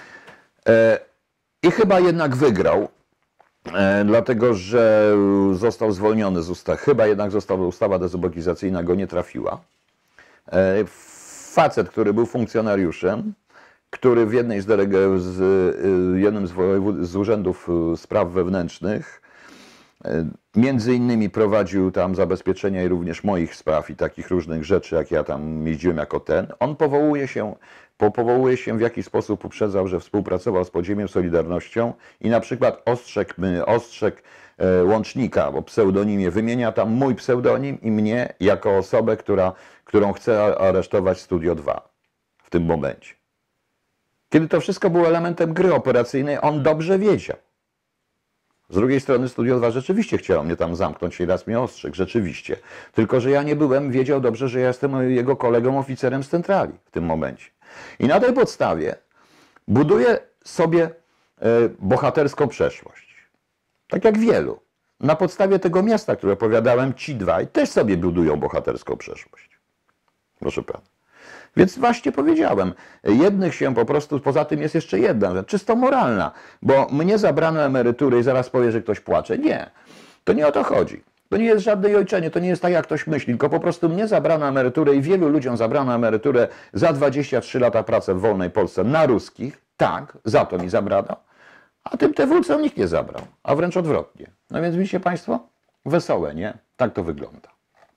e, i chyba jednak wygrał, e, dlatego że został zwolniony z ustawy, chyba jednak została ustawa dezubekizacyjna go nie trafiła. E, facet, który był funkcjonariuszem, który w jednej z, delege, z, jednym z, z urzędów spraw wewnętrznych między innymi prowadził tam zabezpieczenia i również moich spraw i takich różnych rzeczy, jak ja tam jeździłem jako ten. On powołuje się, po, powołuje się w jakiś sposób uprzedzał, że współpracował z Podziemiem Solidarnością i na przykład ostrzegł, ostrzegł e, Łącznika, bo pseudonimie wymienia tam mój pseudonim i mnie jako osobę, która, którą chce aresztować Studio dwa w tym momencie. Kiedy to wszystko było elementem gry operacyjnej, on dobrze wiedział. Z drugiej strony Studio dwa rzeczywiście chciało mnie tam zamknąć i raz mnie ostrzegł, rzeczywiście. Tylko że ja nie byłem, wiedział dobrze, że ja jestem jego kolegą, oficerem z centrali w tym momencie. I na tej podstawie buduje sobie e, bohaterską przeszłość. Tak jak wielu. Na podstawie tego miasta, które opowiadałem, ci dwaj też sobie budują bohaterską przeszłość. Proszę pana. Więc właśnie powiedziałem, jednych się po prostu, poza tym jest jeszcze jedna rzecz, czysto moralna, bo mnie zabrano emerytury i zaraz powie, że ktoś płacze. Nie, to nie o to chodzi. To nie jest żadne jojczenie, to nie jest tak, jak ktoś myśli, tylko po prostu mnie zabrano emeryturę i wielu ludziom zabrano emeryturę za dwadzieścia trzy lata pracy w wolnej Polsce na ruskich. Tak, za to mi zabrano, a tym te wólcom nikt nie zabrał, a wręcz odwrotnie. No więc widzicie Państwo, wesołe, nie? Tak to wygląda.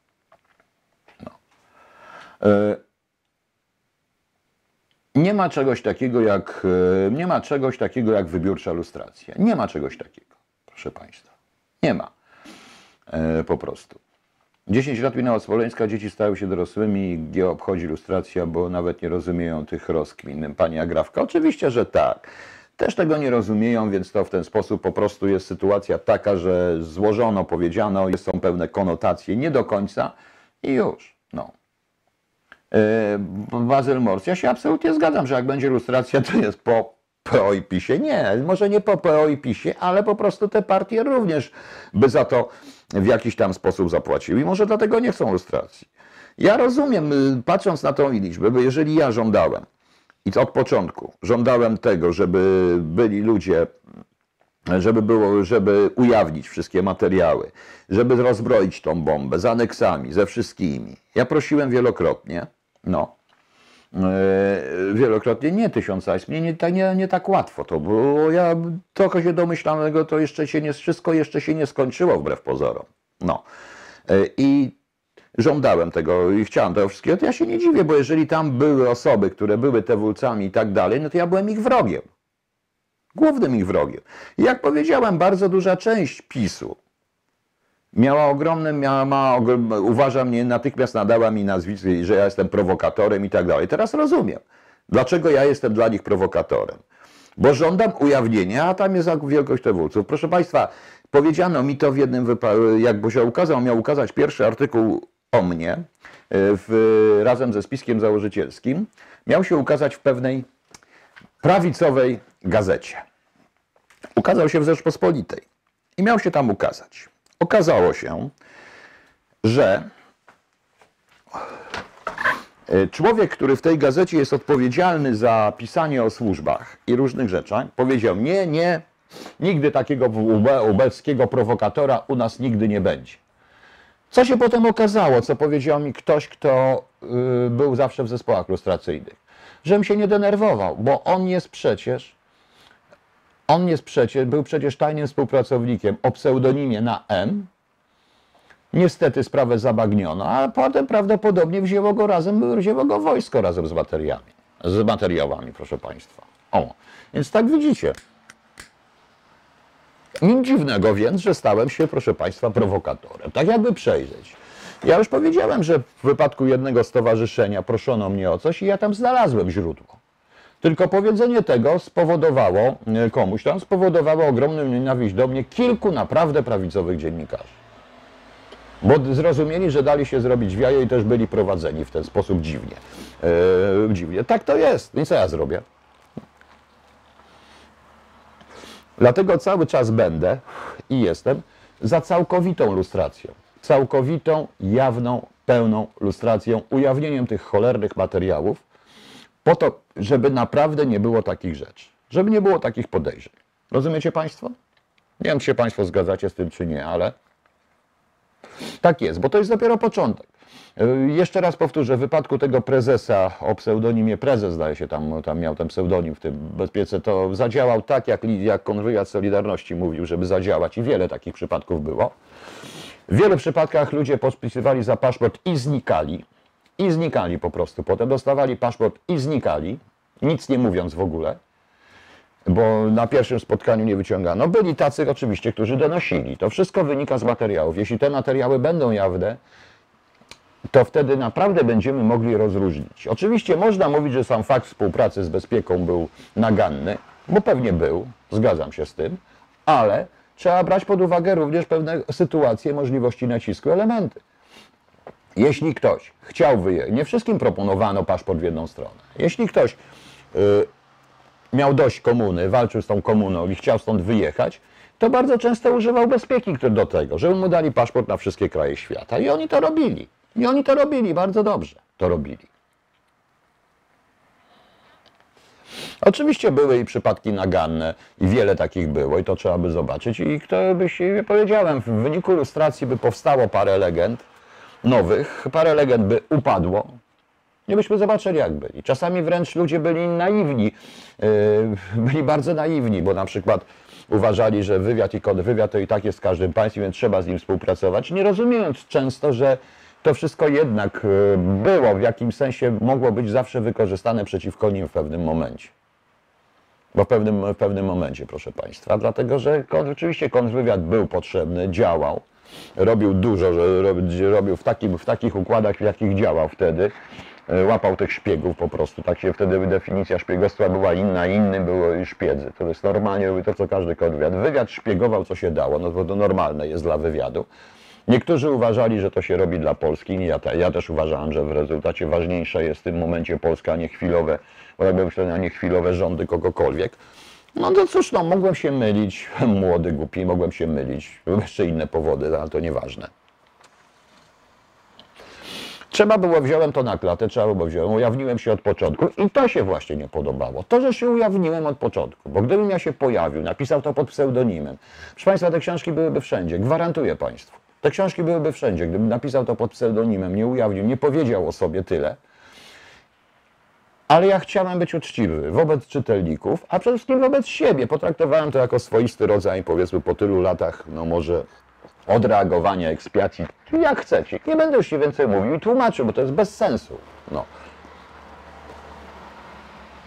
No. Y Nie ma czegoś takiego jak, nie ma czegoś takiego jak wybiórcza lustracja. Nie ma czegoś takiego, proszę Państwa. Nie ma. E, po prostu. dziesięć lat minęła Smoleńska, dzieci stały się dorosłymi, gdzie obchodzi lustracja, bo nawet nie rozumieją tych rozkmin. Pani Agrawka, oczywiście, że tak. Też tego nie rozumieją, więc to w ten sposób po prostu jest sytuacja taka, że złożono, powiedziano, są pewne konotacje, nie do końca i już. No. Bazyl Mors, ja się absolutnie zgadzam, że jak będzie lustracja, to jest po P O i PiSie. Nie, może nie po P O i PiSie, ale po prostu te partie również by za to w jakiś tam sposób zapłaciły i może dlatego nie chcą lustracji. Ja rozumiem, patrząc na tą liczbę, bo jeżeli ja żądałem i od początku żądałem tego, żeby byli ludzie, żeby było, żeby ujawnić wszystkie materiały, żeby rozbroić tą bombę z aneksami, ze wszystkimi. Ja prosiłem wielokrotnie, no, yy, wielokrotnie, nie tysiąc A S, mnie nie, nie, nie tak łatwo to było, ja trochę się domyślanego, to jeszcze się nie, wszystko jeszcze się nie skończyło wbrew pozorom, no. Yy, I żądałem tego i chciałem tego wszystkiego, to ja się nie dziwię, bo jeżeli tam były osoby, które były te wólcami i tak dalej, no to ja byłem ich wrogiem. Głównym ich wrogiem. I jak powiedziałem, bardzo duża część PiSu Miała ogromne, miała, ma, uważa mnie, natychmiast nadała mi nazwisko, że ja jestem prowokatorem i tak dalej. Teraz rozumiem, dlaczego ja jestem dla nich prowokatorem. Bo żądam ujawnienia, a tam jest wielkość tewulców. Proszę Państwa, powiedziano mi to w jednym wypadku, jak się ukazał, miał ukazać pierwszy artykuł o mnie w, razem ze spiskiem założycielskim, miał się ukazać w pewnej prawicowej gazecie. Ukazał się w Rzeczpospolitej i miał się tam ukazać. Okazało się, że człowiek, który w tej gazecie jest odpowiedzialny za pisanie o służbach i różnych rzeczach, powiedział: nie, nie, nigdy takiego ubeckiego prowokatora u nas nigdy nie będzie. Co się potem okazało, co powiedział mi ktoś, kto yy, był zawsze w zespołach lustracyjnych, żebym się nie denerwował, bo on jest przecież, on jest przecież, był przecież tajnym współpracownikiem o pseudonimie na M. Niestety sprawę zabagniono, a potem prawdopodobnie wzięło go razem, wzięło go wojsko razem z materiałami, z materiałami, proszę Państwa. O, więc tak widzicie. Nic dziwnego więc, że stałem się, proszę Państwa, prowokatorem. Tak jakby przejrzeć. Ja już powiedziałem, że w wypadku jednego stowarzyszenia proszono mnie o coś i ja tam znalazłem źródło. Tylko powiedzenie tego spowodowało, komuś tam spowodowało ogromną nienawiść do mnie kilku naprawdę prawicowych dziennikarzy. Bo zrozumieli, że dali się zrobić w jajo i też byli prowadzeni w ten sposób dziwnie. Yy, dziwnie. Tak to jest. I co ja zrobię? Dlatego cały czas będę i jestem za całkowitą lustracją. Całkowitą, jawną, pełną lustracją, ujawnieniem tych cholernych materiałów, po to, żeby naprawdę nie było takich rzeczy. Żeby nie było takich podejrzeń. Rozumiecie Państwo? Nie wiem, czy się Państwo zgadzacie z tym, czy nie, ale tak jest, bo to jest dopiero początek. Jeszcze raz powtórzę, w wypadku tego prezesa o pseudonimie prezes, zdaje się, tam, tam miał ten pseudonim w tym bezpiece, to zadziałał tak, jak, jak konwywiad Solidarności mówił, żeby zadziałać i wiele takich przypadków było. W wielu przypadkach ludzie podpisywali za paszport i znikali. I znikali po prostu. Potem dostawali paszport i znikali, nic nie mówiąc w ogóle, bo na pierwszym spotkaniu nie wyciągano. Byli tacy oczywiście, którzy donosili. To wszystko wynika z materiałów. Jeśli te materiały będą jawne, to wtedy naprawdę będziemy mogli rozróżnić. Oczywiście można mówić, że sam fakt współpracy z bezpieką był naganny, bo pewnie był, zgadzam się z tym, ale trzeba brać pod uwagę również pewne sytuacje, możliwości nacisku, elementy. Jeśli ktoś chciał wyjechać, nie wszystkim proponowano paszport w jedną stronę. Jeśli ktoś yy, miał dość komuny, walczył z tą komuną i chciał stąd wyjechać, to bardzo często używał bezpieki do tego, żeby mu dali paszport na wszystkie kraje świata. I oni to robili. I oni to robili, bardzo dobrze to robili. Oczywiście były i przypadki naganne i wiele takich było i to trzeba by zobaczyć. I kto by się, powiedziałem, w wyniku lustracji by powstało parę legend nowych, parę legend by upadło. Nie byśmy zobaczyli, jak byli. Czasami wręcz ludzie byli naiwni, yy, byli bardzo naiwni, bo na przykład uważali, że wywiad i kontrwywiad to i tak jest w każdym państwie, więc trzeba z nim współpracować, nie rozumiejąc często, że to wszystko jednak było, w jakimś sensie mogło być zawsze wykorzystane przeciwko nim w pewnym momencie. Bo w pewnym, w pewnym momencie, proszę Państwa, dlatego że oczywiście kontrwywiad był potrzebny, działał, robił dużo, że robił w, takim, w takich układach, w jakich działał wtedy, łapał tych szpiegów po prostu, tak się wtedy definicja szpiegostwa była inna, inny było i szpiedzy. To jest normalnie, robi to, co każdy kontrwywiad. Wywiad szpiegował, co się dało, no bo to normalne jest dla wywiadu. Niektórzy uważali, że to się robi dla Polski, ja, te, ja też uważałem, że w rezultacie ważniejsza jest w tym momencie Polska, a nie chwilowe, bo jakby myślałem, a nie chwilowe rządy kogokolwiek. No to cóż, no mogłem się mylić, młody, głupi, mogłem się mylić, były jeszcze inne powody, ale to nieważne. Trzeba było, wziąłem to na klatę, trzeba było, wziąłem, ujawniłem się od początku i to się właśnie nie podobało. To, że się ujawniłem od początku, bo gdybym ja się pojawił, napisał to pod pseudonimem, proszę Państwa, te książki byłyby wszędzie, gwarantuję Państwu. Te książki byłyby wszędzie, gdybym napisał to pod pseudonimem, nie ujawnił, nie powiedział o sobie tyle. Ale ja chciałem być uczciwy wobec czytelników, a przede wszystkim wobec siebie. Potraktowałem to jako swoisty rodzaj, powiedzmy po tylu latach, no może odreagowania, ekspiacji, jak chcecie. Nie będę już się więcej mówił i tłumaczył, bo to jest bez sensu. No.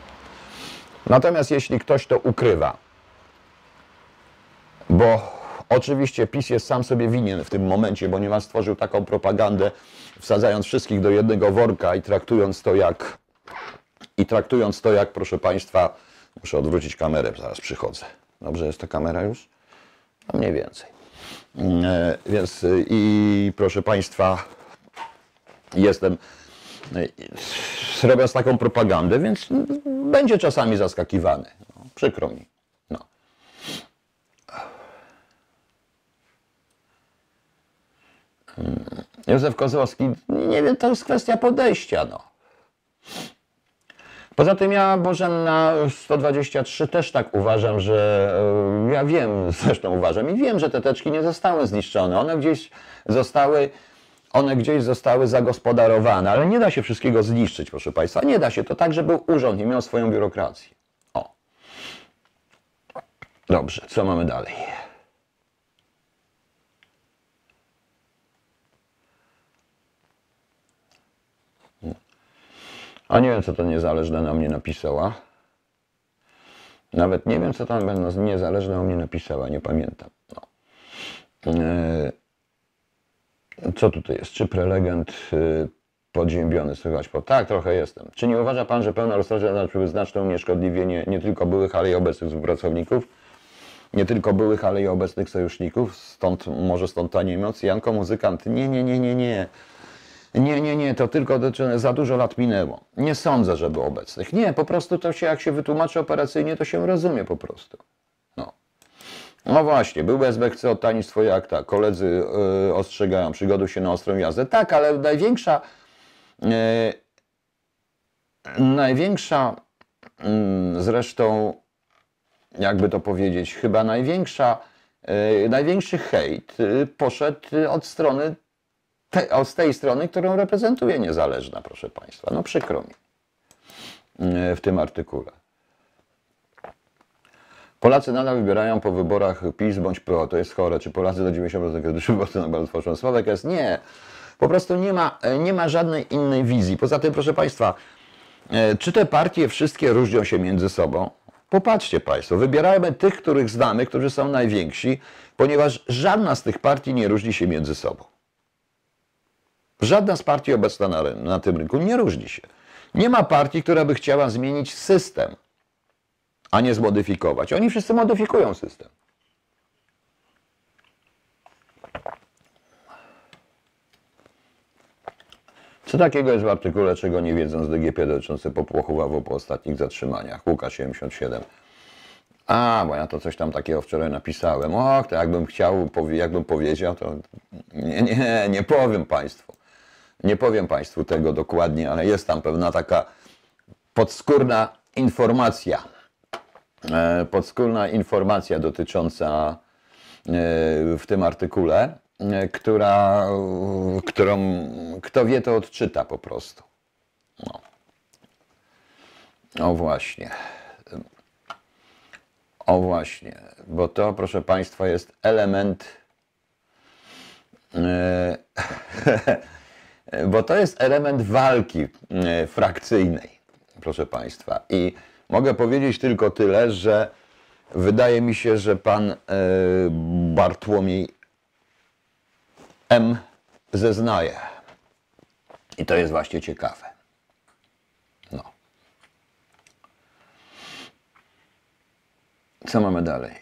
Natomiast jeśli ktoś to ukrywa, bo Oczywiście PiS jest sam sobie winien w tym momencie, ponieważ stworzył taką propagandę, wsadzając wszystkich do jednego worka i traktując to jak, i traktując to jak, proszę Państwa, muszę odwrócić kamerę, zaraz przychodzę. Dobrze jest ta kamera już? No mniej więcej. E, więc i proszę Państwa, jestem, robiąc taką propagandę, więc będzie czasami zaskakiwany. No, przykro mi. No. Józef Kozłowski, nie wiem, to jest kwestia podejścia. No. Poza tym ja, Bożena sto dwadzieścia trzy też tak uważam, że ja wiem, zresztą uważam i wiem, że te teczki nie zostały zniszczone. One gdzieś zostały, one gdzieś zostały zagospodarowane, ale nie da się wszystkiego zniszczyć, proszę Państwa. Nie da się. To tak, żeby urząd nie miał swoją biurokrację. O. Dobrze, co mamy dalej? A nie wiem, co to niezależna na mnie napisała. Nawet nie wiem, co tam niezależna o mnie napisała, nie pamiętam. No. Co tutaj jest? Czy prelegent podziębiony? Słychać po... Tak, trochę jestem. Czy nie uważa Pan, że pełna lustracja znaczy znaczne unieszkodliwienie nie tylko byłych, ale i obecnych współpracowników? Nie tylko byłych, ale i obecnych sojuszników? Stąd, może stąd ta niemoc? Janko, muzykant? Nie, nie, nie, nie, nie. Nie, nie, nie, to tylko za dużo lat minęło. Nie sądzę, żeby obecnych. Nie, po prostu to się, jak się wytłumaczy operacyjnie, to się rozumie po prostu. No, no właśnie, był S B, chce odtanić swoje akta. Koledzy yy, ostrzegają, przygotuj się na ostrą jazdę. Tak, ale największa, yy, największa yy, zresztą, jakby to powiedzieć, chyba największa, yy, największy hejt yy, poszedł od strony Te, z tej strony, którą reprezentuje niezależna, proszę Państwa. No przykro mi w tym artykule. Polacy nadal wybierają po wyborach PiS bądź P O. To jest chore. Czy Polacy do dziewięćdziesiąt procent na bardzo tworzą? Sławek jest? Nie. Po prostu nie ma, nie ma żadnej innej wizji. Poza tym, proszę Państwa, czy te partie wszystkie różnią się między sobą? Popatrzcie Państwo, wybierajmy tych, których znamy, którzy są najwięksi, ponieważ żadna z tych partii nie różni się między sobą. Żadna z partii obecna na, na tym rynku nie różni się. Nie ma partii, która by chciała zmienić system, a nie zmodyfikować. Oni wszyscy modyfikują system. Co takiego jest w artykule, czego nie wiedzą z D G P dotyczące popłochu w A W po ostatnich zatrzymaniach? Łukasz siedemdziesiąt siedem. A, bo ja to coś tam takiego wczoraj napisałem. Och, to jakbym chciał, jakbym powiedział, to nie, nie, nie powiem Państwu. Nie powiem Państwu tego dokładnie, ale jest tam pewna taka podskórna informacja. Podskórna informacja dotycząca w tym artykule, która, którą kto wie, to odczyta po prostu. No. O właśnie. O właśnie, bo to, proszę Państwa, jest element bo to jest element walki frakcyjnej, proszę Państwa. I mogę powiedzieć tylko tyle, że wydaje mi się, że pan Bartłomiej M. zeznaje. I to jest właśnie ciekawe. No. Co mamy dalej?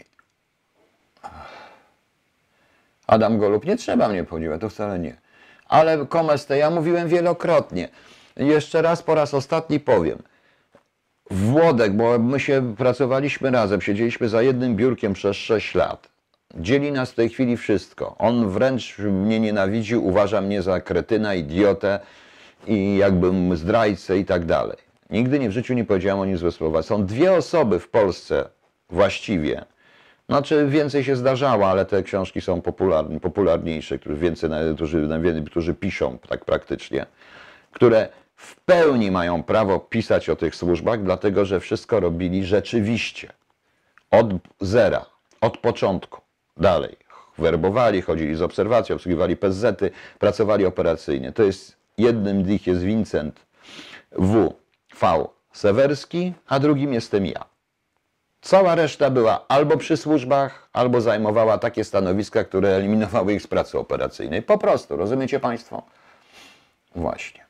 Adam Golub, nie trzeba mnie podziwiać, to wcale nie. Ale Komeste, ja mówiłem wielokrotnie. Jeszcze raz, po raz ostatni powiem. Włodek, bo my się pracowaliśmy razem, siedzieliśmy za jednym biurkiem przez sześć lat. Dzieli nas w tej chwili wszystko. On wręcz mnie nienawidzi, uważa mnie za kretyna, idiotę i jakbym zdrajcę i tak dalej. Nigdy nie w życiu nie powiedziałem o nim złe słowa. Są dwie osoby w Polsce właściwie. Znaczy więcej się zdarzało, ale te książki są popularne, popularniejsze, którzy więcej, którzy, którzy piszą tak praktycznie, które w pełni mają prawo pisać o tych służbach, dlatego że wszystko robili rzeczywiście od zera, od początku, dalej. Werbowali, chodzili z obserwacji, obsługiwali P Z zety, pracowali operacyjnie. To jest jednym z nich jest Wincent W. V. Sewerski, a drugim jestem ja. Cała reszta była albo przy służbach, albo zajmowała takie stanowiska, które eliminowały ich z pracy operacyjnej. Po prostu, rozumiecie Państwo? Właśnie.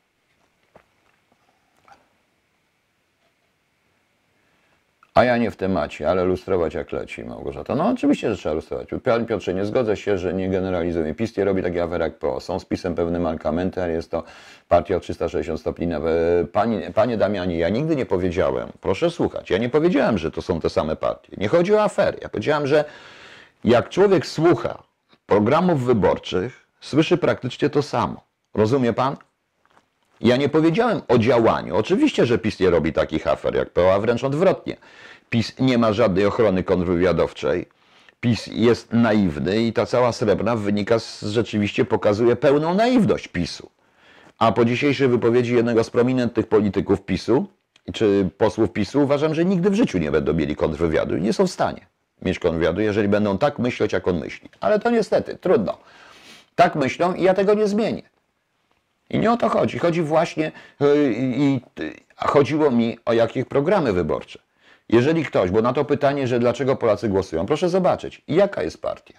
A ja nie w temacie, ale lustrować jak leci, Małgorzata. No oczywiście, że trzeba lustrować. Panie Piotrze, nie zgodzę się, że nie generalizuje. PiS nie robi takie afery jak P O. Są z PiS-em pewne mankamenty, ale jest to partia o trzysta sześćdziesiąt stopni. Panie, panie Damianie, ja nigdy nie powiedziałem, proszę słuchać, ja nie powiedziałem, że to są te same partie. Nie chodzi o afery. Ja powiedziałem, że jak człowiek słucha programów wyborczych, słyszy praktycznie to samo. Rozumie pan? Ja nie powiedziałem o działaniu. Oczywiście, że PiS nie robi takich afer jak P O, a wręcz odwrotnie. PiS nie ma żadnej ochrony kontrwywiadowczej. PiS jest naiwny i ta cała srebrna wynika z, rzeczywiście pokazuje pełną naiwność PiSu. A po dzisiejszej wypowiedzi jednego z prominentnych polityków PiSu, czy posłów PiSu, uważam, że nigdy w życiu nie będą mieli kontrwywiadu i nie są w stanie mieć kontrwywiadu, jeżeli będą tak myśleć, jak on myśli. Ale to niestety, trudno. Tak myślą i ja tego nie zmienię. I nie o to chodzi. Chodzi właśnie, i, i chodziło mi o jakieś programy wyborcze. Jeżeli ktoś, bo na to pytanie, że dlaczego Polacy głosują, proszę zobaczyć, jaka jest partia?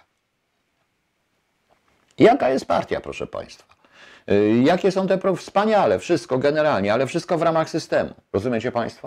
Jaka jest partia, proszę Państwa? Jakie są te, pro... wspaniale, wszystko generalnie, ale wszystko w ramach systemu. Rozumiecie Państwo?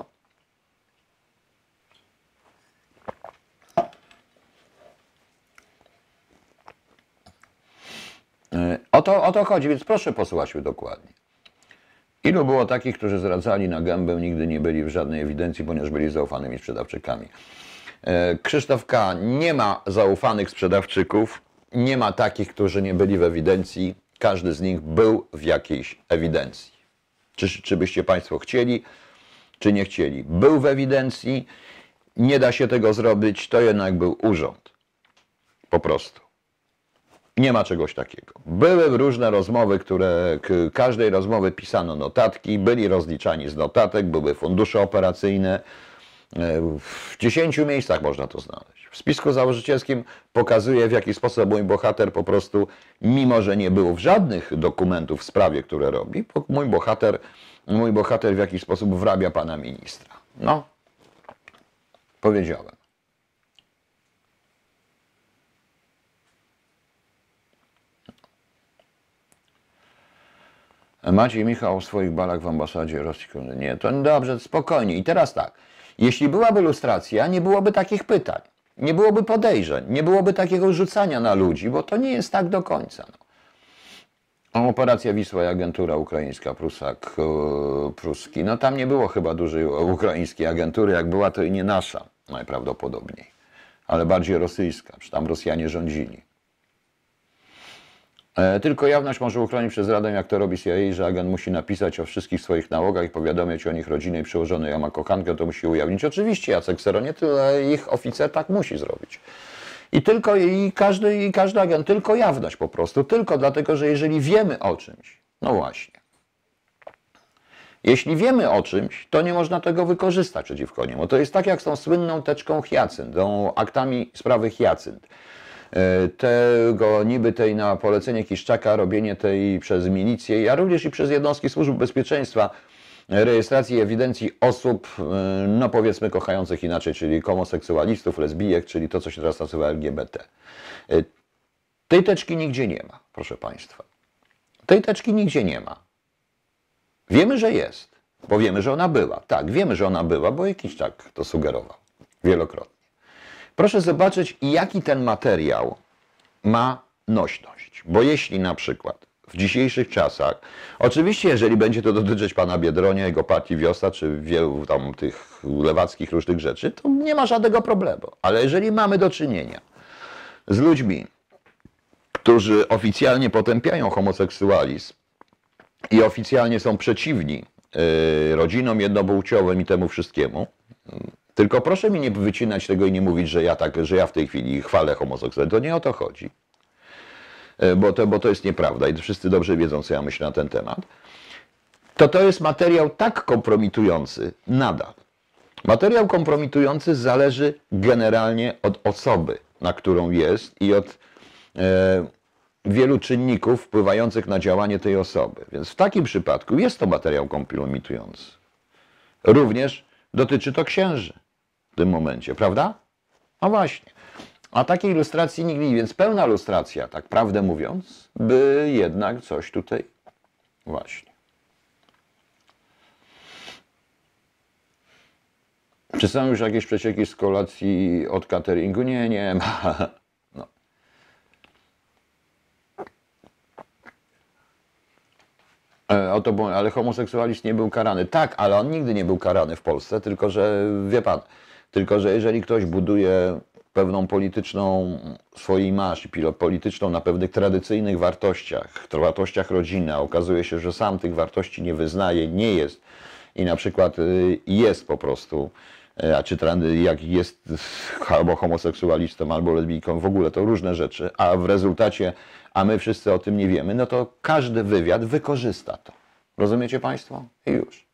O to, o to chodzi, więc proszę posłuchać mnie dokładnie. Ilu było takich, którzy zradzali na gębę, nigdy nie byli w żadnej ewidencji, ponieważ byli zaufanymi sprzedawczykami. Krzysztof K. Nie ma zaufanych sprzedawczyków, nie ma takich, którzy nie byli w ewidencji. Każdy z nich był w jakiejś ewidencji. Czy, czy byście Państwo chcieli, czy nie chcieli. Był w ewidencji, nie da się tego zrobić, to jednak był urząd. Po prostu. Nie ma czegoś takiego. Były różne rozmowy, które każdej rozmowy pisano notatki, byli rozliczani z notatek, były fundusze operacyjne. W dziesięciu miejscach można to znaleźć. W spisku założycielskim pokazuje, w jaki sposób mój bohater po prostu, mimo że nie było w żadnych dokumentów w sprawie, które robi, mój bohater, mój bohater w jakiś sposób wrabia pana ministra. No, powiedziałem. Maciej Michał w swoich balach w ambasadzie Rosji. Nie, to dobrze, spokojnie. I teraz tak, jeśli byłaby lustracja, nie byłoby takich pytań, nie byłoby podejrzeń, nie byłoby takiego rzucania na ludzi, bo to nie jest tak do końca. No. Operacja Wisła i agentura ukraińska, Prusak, pruski, no tam nie było chyba dużej ukraińskiej agentury, jak była, to i nie nasza najprawdopodobniej, ale bardziej rosyjska, czy tam Rosjanie rządzili. Tylko jawność może uchronić przed zradą, jak to robi C I A, że agent musi napisać o wszystkich swoich nałogach i powiadomić o nich rodzinę i przełożonej, a ma kochankę, to musi ujawnić. Oczywiście Jacek Sero, nie tyle ich oficer tak musi zrobić. I tylko, i każdy, i każdy agent, tylko jawność po prostu, tylko dlatego, że jeżeli wiemy o czymś, no właśnie, jeśli wiemy o czymś, to nie można tego wykorzystać przeciwko niemu. To jest tak jak z tą słynną teczką Hyacynt, tą aktami sprawy Hyacynt. Tego niby tej na polecenie Kiszczaka, robienie tej przez milicję, ja również i przez jednostki służb bezpieczeństwa, rejestracji ewidencji osób, no powiedzmy kochających inaczej, czyli homoseksualistów, lesbijek, czyli to, co się teraz nazywa L G B T. Tej teczki nigdzie nie ma, proszę Państwa. Tej teczki nigdzie nie ma. Wiemy, że jest, bo wiemy, że ona była. Tak, wiemy, że ona była, bo Kiszczak to sugerował wielokrotnie. Proszę zobaczyć, jaki ten materiał ma nośność. Bo jeśli na przykład w dzisiejszych czasach, oczywiście jeżeli będzie to dotyczyć pana Biedronia, jego partii Wiosna, czy wielu tam tych lewackich różnych rzeczy, to nie ma żadnego problemu. Ale jeżeli mamy do czynienia z ludźmi, którzy oficjalnie potępiają homoseksualizm i oficjalnie są przeciwni yy, rodzinom jednopłciowym i temu wszystkiemu, tylko proszę mi nie wycinać tego i nie mówić, że ja, tak, że ja w tej chwili chwalę homoseksualizm. To nie o to chodzi, bo to, bo to jest nieprawda i wszyscy dobrze wiedzą, co ja myślę na ten temat. To to jest materiał tak kompromitujący nadal. Materiał kompromitujący zależy generalnie od osoby, na którą jest i od e, wielu czynników wpływających na działanie tej osoby. Więc w takim przypadku jest to materiał kompromitujący. Również dotyczy to księży. tym momencie, prawda? No właśnie. A takiej ilustracji nigdy nie, więc pełna ilustracja, tak prawdę mówiąc, by jednak coś tutaj właśnie. Czy są już jakieś przecieki z kolacji od cateringu? Nie, nie ma. No. Oto, ale homoseksualizm nie był karany. Tak, ale on nigdy nie był karany w Polsce, tylko że, wie pan, tylko że jeżeli ktoś buduje pewną polityczną swojej masz, polityczną na pewnych tradycyjnych wartościach, wartościach rodziny, a okazuje się, że sam tych wartości nie wyznaje, nie jest i na przykład jest po prostu, a czy jak jest albo homoseksualistą, albo lesbijką, w ogóle to różne rzeczy, a w rezultacie, a my wszyscy o tym nie wiemy, no to każdy wywiad wykorzysta to. Rozumiecie Państwo? I już.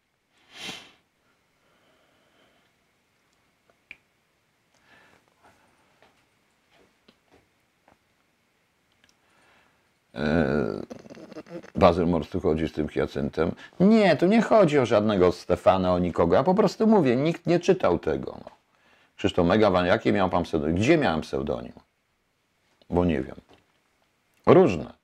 Bazyl Mors tu chodzi z tym Hyacyntem. Nie, tu nie chodzi o żadnego Stefana, o nikogo. Ja po prostu mówię, nikt nie czytał tego. No. Krzysztof Megawan, jakie miał pan pseudonim? Gdzie miałem pseudonim? Bo nie wiem. Różne.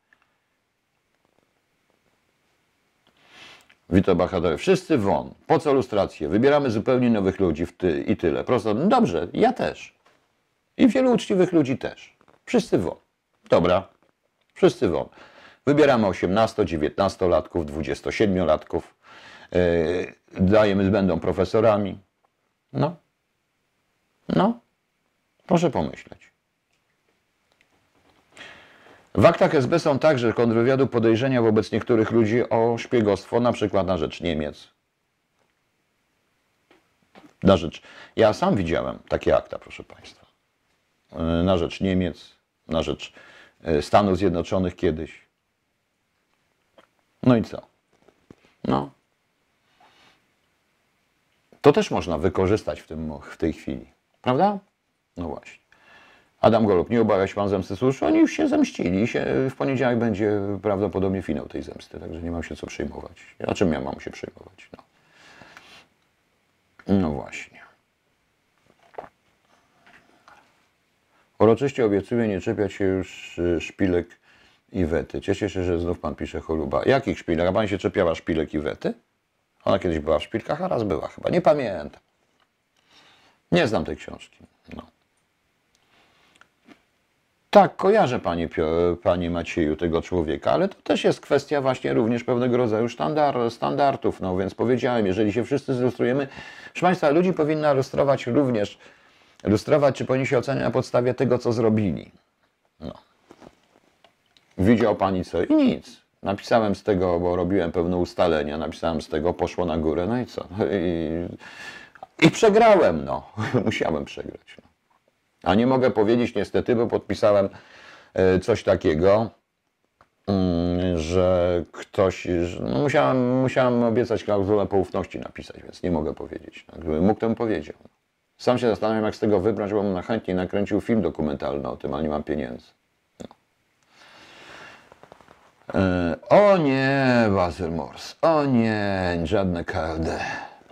Witam Bachader. Wszyscy won. Po co lustrację? Wybieramy zupełnie nowych ludzi w ty i tyle. Prosto. No dobrze, ja też. I wielu uczciwych ludzi też. Wszyscy won. Dobra. Wszyscy won. Wybieramy osiemnasto, dziewiętnastolatków, dwudziestosiedmiolatków. Yy, dajemy, będą profesorami. No. No. Proszę pomyśleć. W aktach S B są także kontrwywiadu podejrzenia wobec niektórych ludzi o szpiegostwo, na przykład na rzecz Niemiec. Na rzecz... Ja sam widziałem takie akta, proszę Państwa. Yy, na rzecz Niemiec, na rzecz Stanów Zjednoczonych kiedyś. No i co? No. To też można wykorzystać w, tym, w tej chwili. Prawda? No właśnie. Adam Golub, nie obawia się pan zemsty służb? Oni już się zemścili. Się, w poniedziałek będzie prawdopodobnie finał tej zemsty, także nie mam się co przejmować. A czym ja mam się przejmować? No, no właśnie. Uroczyście obiecuję nie czepiać się już szpilek i wety. Cieszę się, że znów pan pisze choluba. Jakich szpilek? A pani się czepiała szpilek i wety? Ona kiedyś była w szpilkach, a raz była chyba. Nie pamiętam. Nie znam tej książki. No. Tak, kojarzę panie, panie Macieju tego człowieka, ale to też jest kwestia właśnie również pewnego rodzaju standard, standardów. No więc powiedziałem, jeżeli się wszyscy zilustrujemy, proszę państwa, ludzi powinna lustrować również, lustrować, czy powinni się oceniać na podstawie tego, co zrobili. No. Widział pani co? I nic. Napisałem z tego, bo robiłem pewne ustalenia, napisałem z tego, poszło na górę, no i co? I, i przegrałem, no. Musiałem przegrać. No. A nie mogę powiedzieć niestety, bo podpisałem coś takiego, że ktoś, że no musiałem, musiałem obiecać klauzulę poufności napisać, więc nie mogę powiedzieć. No, gdybym mógł, to bym powiedział. Sam się zastanawiam, jak z tego wybrać, bo bym na chętnie nakręcił film dokumentalny o tym, ale nie mam pieniędzy. No. E, o nie, Bazyl Mors, o nie, żadne K L D.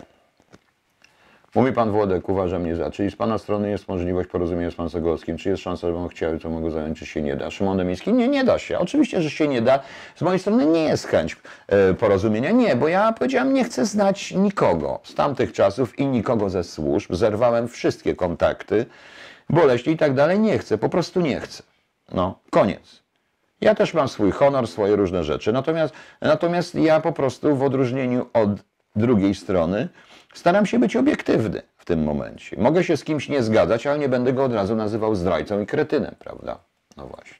Mówi pan Włodek, uważam nie za. Czyli z pana strony jest możliwość porozumienia z panem Zagłowskim? Czy jest szansa, że on chciał, to mogę zająć, czy się nie da? Szymon Demiński? Nie, nie da się. Oczywiście, że się nie da. Z mojej strony nie jest chęć e, porozumienia. Nie, bo ja powiedziałem, nie chcę znać nikogo z tamtych czasów i nikogo ze służb. Zerwałem wszystkie kontakty, boleści i tak dalej. Nie chcę, po prostu nie chcę. No, koniec. Ja też mam swój honor, swoje różne rzeczy. Natomiast, natomiast ja po prostu w odróżnieniu od drugiej strony staram się być obiektywny w tym momencie. Mogę się z kimś nie zgadzać, ale nie będę go od razu nazywał zdrajcą i kretynem, prawda? No właśnie.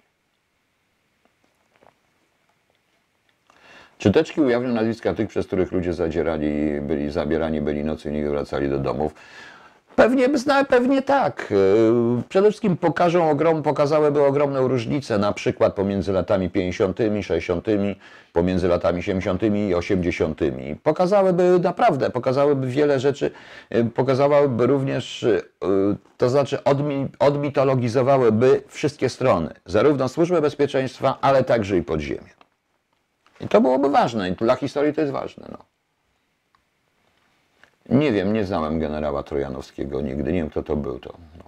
Czy teczki ujawnią nazwiska tych, przez których ludzie zadzierali, byli zabierani, byli nocy i nie wracali do domów? Pewnie, pewnie tak. Przede wszystkim pokażą ogrom, pokazałyby ogromną różnicę, na przykład pomiędzy latami pięćdziesiątymi, sześćdziesiątymi, pomiędzy latami siedemdziesiątymi i osiemdziesiątymi. Pokazałyby naprawdę, pokazałyby wiele rzeczy, pokazałyby również, to znaczy odmi, odmitologizowałyby wszystkie strony, zarówno Służbę Bezpieczeństwa, ale także i podziemie. I to byłoby ważne, i dla historii to jest ważne. No. Nie wiem, nie znałem generała Trojanowskiego nigdy, nie wiem kto to był. To, no.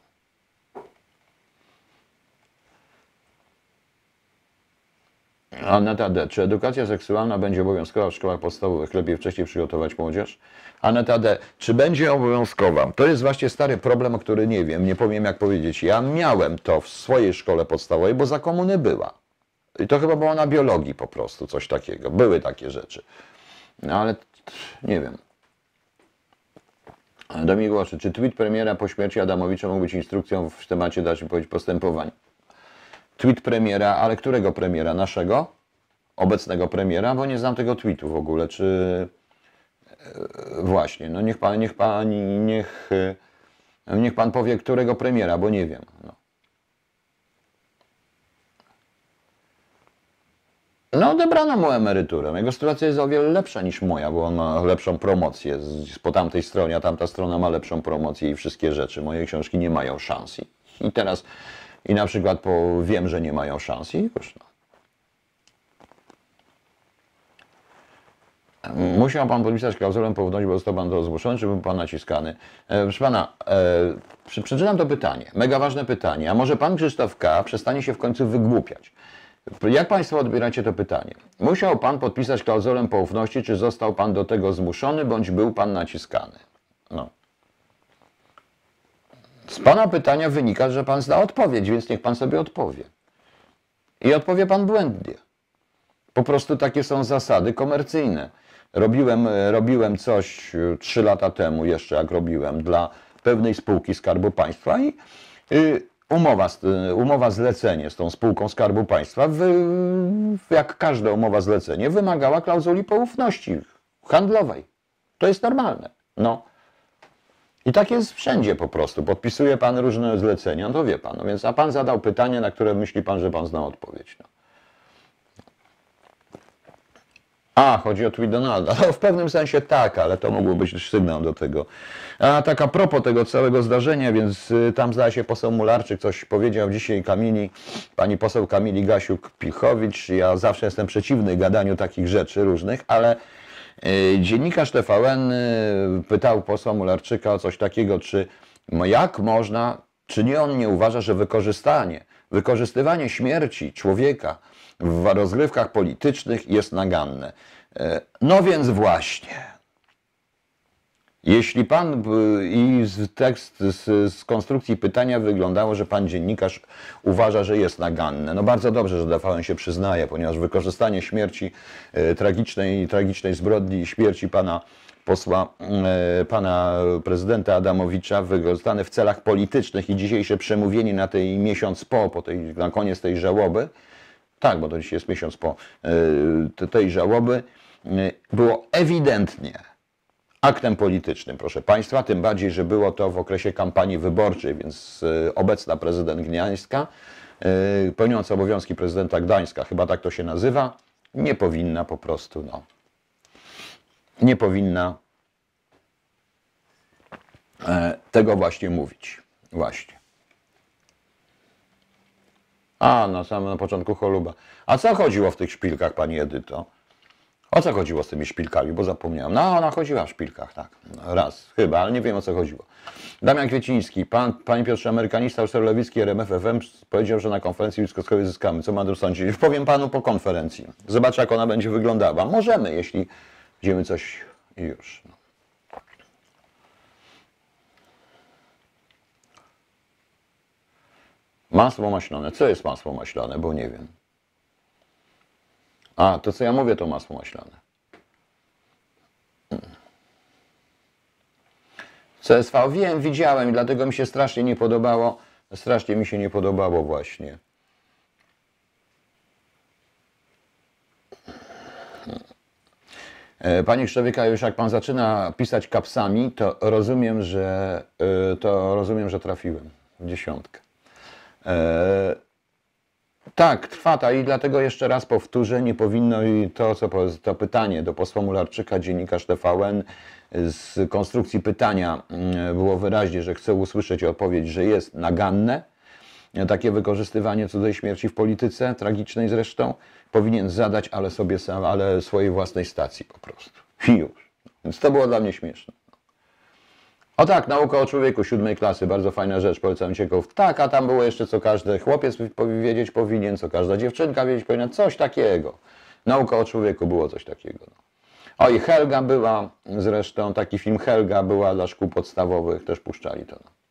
Aneta D. Czy edukacja seksualna będzie obowiązkowa w szkołach podstawowych? Lepiej wcześniej przygotować młodzież? Aneta D. Czy będzie obowiązkowa? To jest właśnie stary problem, o który nie wiem, nie powiem jak powiedzieć. Ja miałem to w swojej szkole podstawowej, bo za komuny była. I to chyba było na biologii po prostu, coś takiego. Były takie rzeczy. No ale nie wiem. Dominik Łoszy, czy tweet premiera po śmierci Adamowicza mógł być instrukcją w temacie dalszych postępowań? Tweet premiera, ale którego premiera? Naszego? Obecnego premiera? Bo nie znam tego tweetu w ogóle, czy... Właśnie, no niech pan, niech pan, niech, niech pan powie, którego premiera, bo nie wiem. No. No odebrano mu emeryturę. Jego sytuacja jest o wiele lepsza niż moja, bo on ma lepszą promocję po tamtej stronie, a tamta strona ma lepszą promocję i wszystkie rzeczy. Moje książki nie mają szans. I teraz, i na przykład po, wiem, że nie mają szans i już no. Musiał pan podpisać klauzulę powodności, bo został pan do zmuszony, czy był pan naciskany? E, proszę pana, e, przeczytam to pytanie, mega ważne pytanie, a może pan Krzysztof K. przestanie się w końcu wygłupiać? Jak państwo odbieracie to pytanie? Musiał pan podpisać klauzulę poufności, czy został pan do tego zmuszony, bądź był pan naciskany? No. Z pana pytania wynika, że pan zna odpowiedź, więc niech pan sobie odpowie. I odpowie pan błędnie. Po prostu takie są zasady komercyjne. Robiłem, robiłem coś trzy lata temu, jeszcze jak robiłem, dla pewnej spółki Skarbu Państwa i y, umowa, umowa zlecenie z tą spółką Skarbu Państwa, wy, jak każda umowa zlecenie, wymagała klauzuli poufności handlowej. To jest normalne. No. I tak jest wszędzie po prostu. Podpisuje pan różne zlecenia, no to wie pan. No więc, a pan zadał pytanie, na które myśli pan, że pan zna odpowiedź. No. A, chodzi o tweet Donalda. No, w pewnym sensie tak, ale to mógł być też sygnał do tego. A tak a propos tego całego zdarzenia, więc y, tam zdaje się poseł Mularczyk coś powiedział dzisiaj Kamili, pani poseł Kamili Gasiuk-Pichowicz. Ja zawsze jestem przeciwny gadaniu takich rzeczy różnych, ale y, dziennikarz T V N y, pytał posła Mularczyka o coś takiego, czy jak można, czy nie on nie uważa, że wykorzystanie, wykorzystywanie śmierci człowieka w rozgrywkach politycznych jest naganne. No więc właśnie. Jeśli pan i z tekst z, z konstrukcji pytania wyglądało, że pan dziennikarz uważa, że jest naganne. No bardzo dobrze, że T V N się przyznaje, ponieważ wykorzystanie śmierci tragicznej, tragicznej zbrodni, śmierci pana posła, pana prezydenta Adamowicza, wykorzystane w celach politycznych i dzisiejsze przemówienie na tej miesiąc po, po tej, na koniec tej żałoby, tak, bo to dzisiaj jest miesiąc po tej żałoby, było ewidentnie aktem politycznym, proszę państwa, tym bardziej, że było to w okresie kampanii wyborczej, więc obecna prezydent Gdańska, pełniąca obowiązki prezydenta Gdańska, chyba tak to się nazywa, nie powinna po prostu, no, nie powinna tego właśnie mówić. Właśnie. A, na samym na początku choluba. A co chodziło w tych szpilkach, pani Edyto? O co chodziło z tymi szpilkami, bo zapomniałem. No, ona chodziła w szpilkach, tak. Raz, chyba, ale nie wiem o co chodziło. Damian Kwieciński, pan, panie Piotrze, amerykanista Auster Lewicki, R M F F M powiedział, że na konferencji Witkowskiej zyskamy. Co ma sądzić? Powiem panu po konferencji. Zobaczę, jak ona będzie wyglądała. Możemy, jeśli będziemy coś i już. No. Masło maślane. Co jest masło maślane? Bo nie wiem. A, to co ja mówię, to masło maślane. C S V, wiem, widziałem i dlatego mi się strasznie nie podobało. Strasznie mi się nie podobało właśnie. Panie Krzysztofie, już jak pan zaczyna pisać kapsami, to rozumiem, że to rozumiem, że trafiłem w dziesiątkę. E, tak, trwa ta i dlatego jeszcze raz powtórzę, nie powinno i to, co to pytanie do posła Mularczyka, dziennikarz T V N, z konstrukcji pytania było wyraźnie, że chce usłyszeć odpowiedź, że jest naganne takie wykorzystywanie cudzej śmierci w polityce, tragicznej zresztą, powinien zadać, ale sobie sam, ale swojej własnej stacji po prostu. I już. Więc to było dla mnie śmieszne. O tak, nauka o człowieku siódmej klasy, bardzo fajna rzecz, polecam ciekaw. Tak, a tam było jeszcze co każdy chłopiec wiedzieć powinien, co każda dziewczynka wiedzieć powinna, coś takiego. Nauka o człowieku było coś takiego. No. O i Helga była, zresztą taki film Helga była dla szkół podstawowych, też puszczali to. No.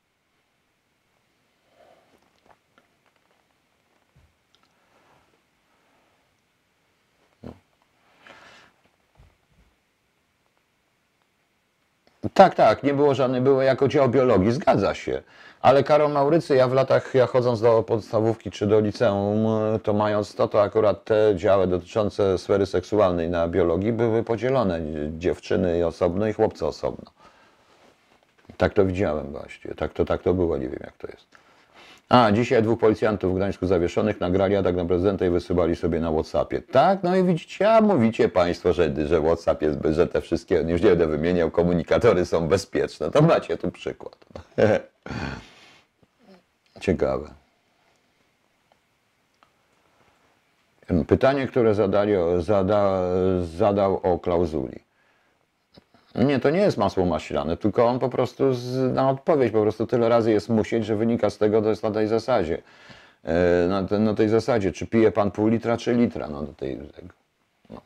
Tak, tak, nie było żadnej, było jako dział biologii, zgadza się. Ale Karol Maurycy, ja w latach, ja chodząc do podstawówki czy do liceum, to mając to, to akurat te działy dotyczące sfery seksualnej na biologii były podzielone. Dziewczyny osobno i chłopcy osobno. Tak to widziałem właśnie, tak to, tak to było, nie wiem jak to jest. A, dzisiaj dwóch policjantów w Gdańsku zawieszonych nagrali atak na prezydenta i wysyłali sobie na WhatsAppie. Tak, no i widzicie, a mówicie Państwo, że, że WhatsApp jest, że te wszystkie, już nie będę wymieniał, komunikatory są bezpieczne. To macie tu przykład. Ciekawe. Pytanie, które zadali, zada, zadał o klauzuli. Nie, to nie jest masło maślane, tylko on po prostu z, na odpowiedź po prostu tyle razy jest musieć, że wynika z tego, to jest na tej zasadzie. E, na, te, na tej zasadzie, czy pije pan pół litra, czy litra, no do tej tego. No.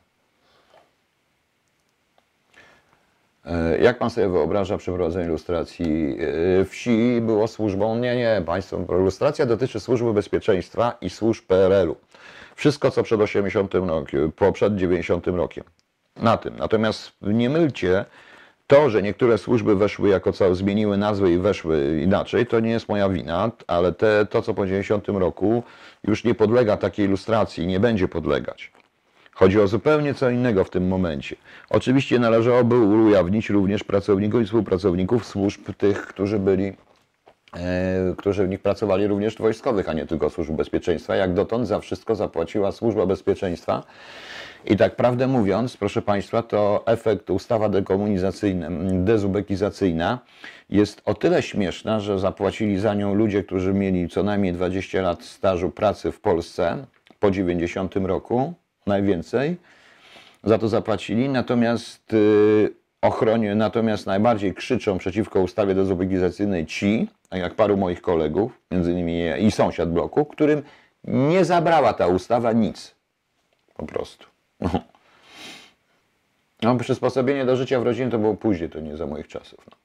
E, jak pan sobie wyobraża przeprowadzenie lustracji e, wsi było służbą? Nie, nie, państwo, lustracja dotyczy służby bezpieczeństwa i służb P R L-u. Wszystko, co przed osiemdziesiątym rokiem, po przed dziewięćdziesiątym rokiem. Na tym. Natomiast nie mylcie to, że niektóre służby weszły jako co, zmieniły nazwę i weszły inaczej, to nie jest moja wina, ale te, to, co po dziewięćdziesiątym roku już nie podlega takiej ilustracji, nie będzie podlegać. Chodzi o zupełnie co innego w tym momencie. Oczywiście należałoby ujawnić również pracowników i współpracowników służb tych, którzy byli, e, którzy w nich pracowali również wojskowych, a nie tylko służb bezpieczeństwa. Jak dotąd za wszystko zapłaciła Służba Bezpieczeństwa. I tak prawdę mówiąc, proszę Państwa, to efekt ustawa dekomunizacyjna, dezubekizacyjna jest o tyle śmieszna, że zapłacili za nią ludzie, którzy mieli co najmniej dwadzieścia lat stażu pracy w Polsce po dziewięćdziesiątym roku, najwięcej. Za to zapłacili, natomiast yy, ochronie, natomiast najbardziej krzyczą przeciwko ustawie dezubekizacyjnej ci, tak jak paru moich kolegów, między innymi i sąsiad bloku, którym nie zabrała ta ustawa nic. Po prostu. No, przysposobienie do życia w rodzinie to było później, to nie za moich czasów. No.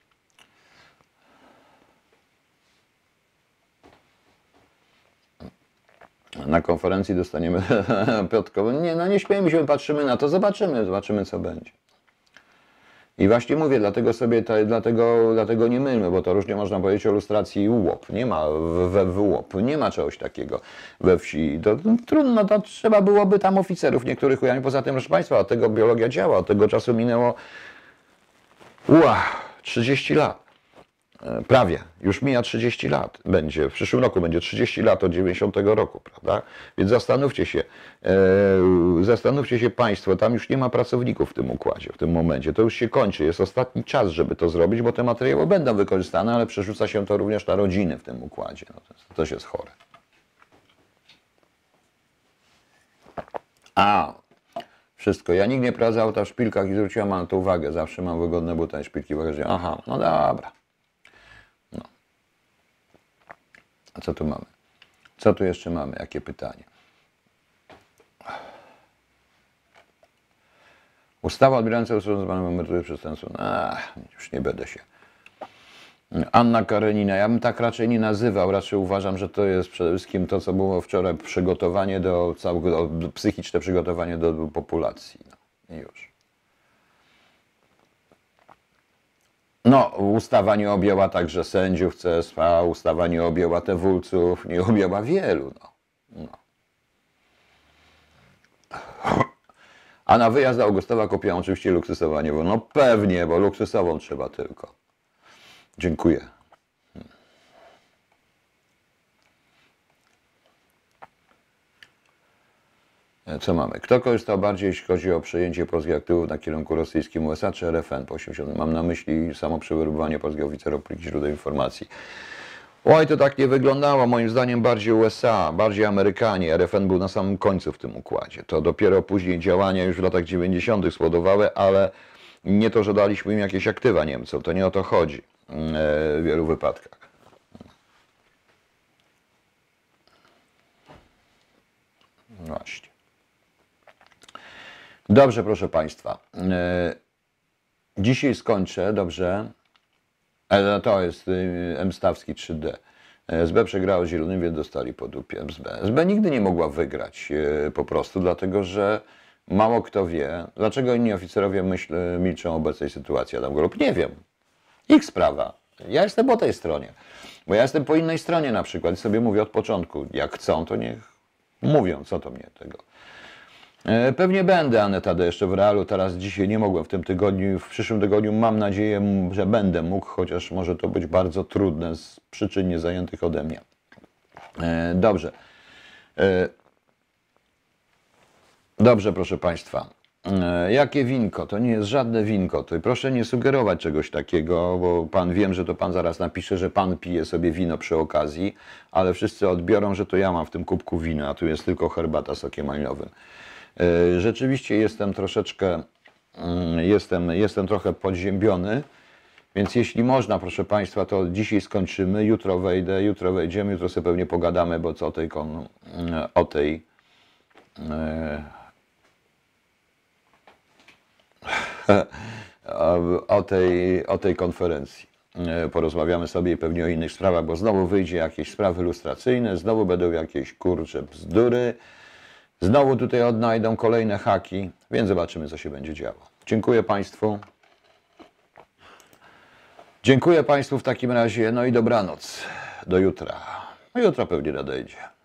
Na konferencji dostaniemy Piotrkowy. Nie, no nie śmiejmy się, patrzymy na to, zobaczymy, zobaczymy co będzie. I właśnie mówię, dlatego sobie, ta, dlatego, dlatego nie mylmy, bo to różnie można powiedzieć o lustracji U O P. Nie ma we W O P, nie ma czegoś takiego we wsi. To, to trudno, to trzeba byłoby tam oficerów niektórych ujawnić. Poza tym, proszę Państwa, od tego biologia działa, od tego czasu minęło ua, trzydzieści lat. Prawie, już mija trzydzieści lat będzie, w przyszłym roku będzie trzydzieści lat od dziewięćdziesiątego roku, prawda? Więc zastanówcie się, e, zastanówcie się Państwo, tam już nie ma pracowników w tym układzie, w tym momencie, to już się kończy, jest ostatni czas, żeby to zrobić, bo te materiały będą wykorzystane, ale przerzuca się to również na rodziny w tym układzie, no, to też jest chore. A, wszystko, ja nigdy nie prowadzę auta w szpilkach i zwróciłam na to uwagę, zawsze mam wygodne buty i szpilki w bagażniku. Aha, no dobra. A co tu mamy? Co tu jeszcze mamy? Jakie pytanie? Ustawa odbierająca usługę z panem emerytury przestępstwa. Ach, już nie będę się. Anna Karenina. Ja bym tak raczej nie nazywał. Raczej uważam, że to jest przede wszystkim to, co było wczoraj, przygotowanie do całego, psychiczne przygotowanie do populacji. No, i już. No, ustawa nie objęła także sędziów C S V, ustawa nie objęła tewulców, nie objęła wielu. No. No. A na wyjazd do Augustowa kupiłam oczywiście luksusową, nie wolno. No pewnie, bo luksusową trzeba tylko. Dziękuję. Co mamy? Kto korzystał bardziej, jeśli chodzi o przejęcie polskich aktywów na kierunku rosyjskim U S A czy R F N po osiemdziesiątym? Mam na myśli samo przewerbowanie polskich oficerów, pliku źródeł informacji. Oj, to tak nie wyglądało. Moim zdaniem bardziej U S A, bardziej Amerykanie. R F N był na samym końcu w tym układzie. To dopiero później działania już w latach dziewięćdziesiątych spowodowały, ale nie to, że daliśmy im jakieś aktywa Niemcom. To nie o to chodzi. w wielu wypadkach. Właśnie. Dobrze, proszę Państwa. Dzisiaj skończę, dobrze. Ale to jest M. Stawski trzy D. S B przegrało Zielonym, więc dostali po dupie S B. S B nigdy nie mogła wygrać po prostu, dlatego że mało kto wie, dlaczego inni oficerowie myśl, milczą o obecnej sytuacji Adam Gorup. Nie wiem. Ich sprawa. Ja jestem po tej stronie. Bo ja jestem po innej stronie na przykład i sobie mówię od początku. Jak chcą, to niech mówią, co to mnie tego. Pewnie będę, Aneta D. jeszcze w realu, teraz dzisiaj nie mogłem w tym tygodniu, w przyszłym tygodniu mam nadzieję, że będę mógł, chociaż może to być bardzo trudne z przyczyn niezajętych ode mnie. Dobrze. Dobrze, proszę Państwa. Jakie winko? To nie jest żadne winko. To proszę nie sugerować czegoś takiego, bo Pan, wiem, że to Pan zaraz napisze, że Pan pije sobie wino przy okazji, ale wszyscy odbiorą, że to ja mam w tym kubku wina, a tu jest tylko herbata sokiem malinowym. Rzeczywiście jestem troszeczkę, jestem, jestem trochę podziębiony, więc jeśli można, proszę Państwa, to dzisiaj skończymy, jutro wejdę, jutro wejdziemy, jutro sobie pewnie pogadamy, bo co o tej, kon, o tej, o tej, o tej konferencji. Porozmawiamy sobie i pewnie o innych sprawach, bo znowu wyjdzie jakieś sprawy lustracyjne, znowu będą jakieś kurcze bzdury, znowu tutaj odnajdą kolejne haki, więc zobaczymy, co się będzie działo. Dziękuję Państwu. Dziękuję Państwu w takim razie, no i dobranoc. Do jutra. No jutro pewnie nadejdzie.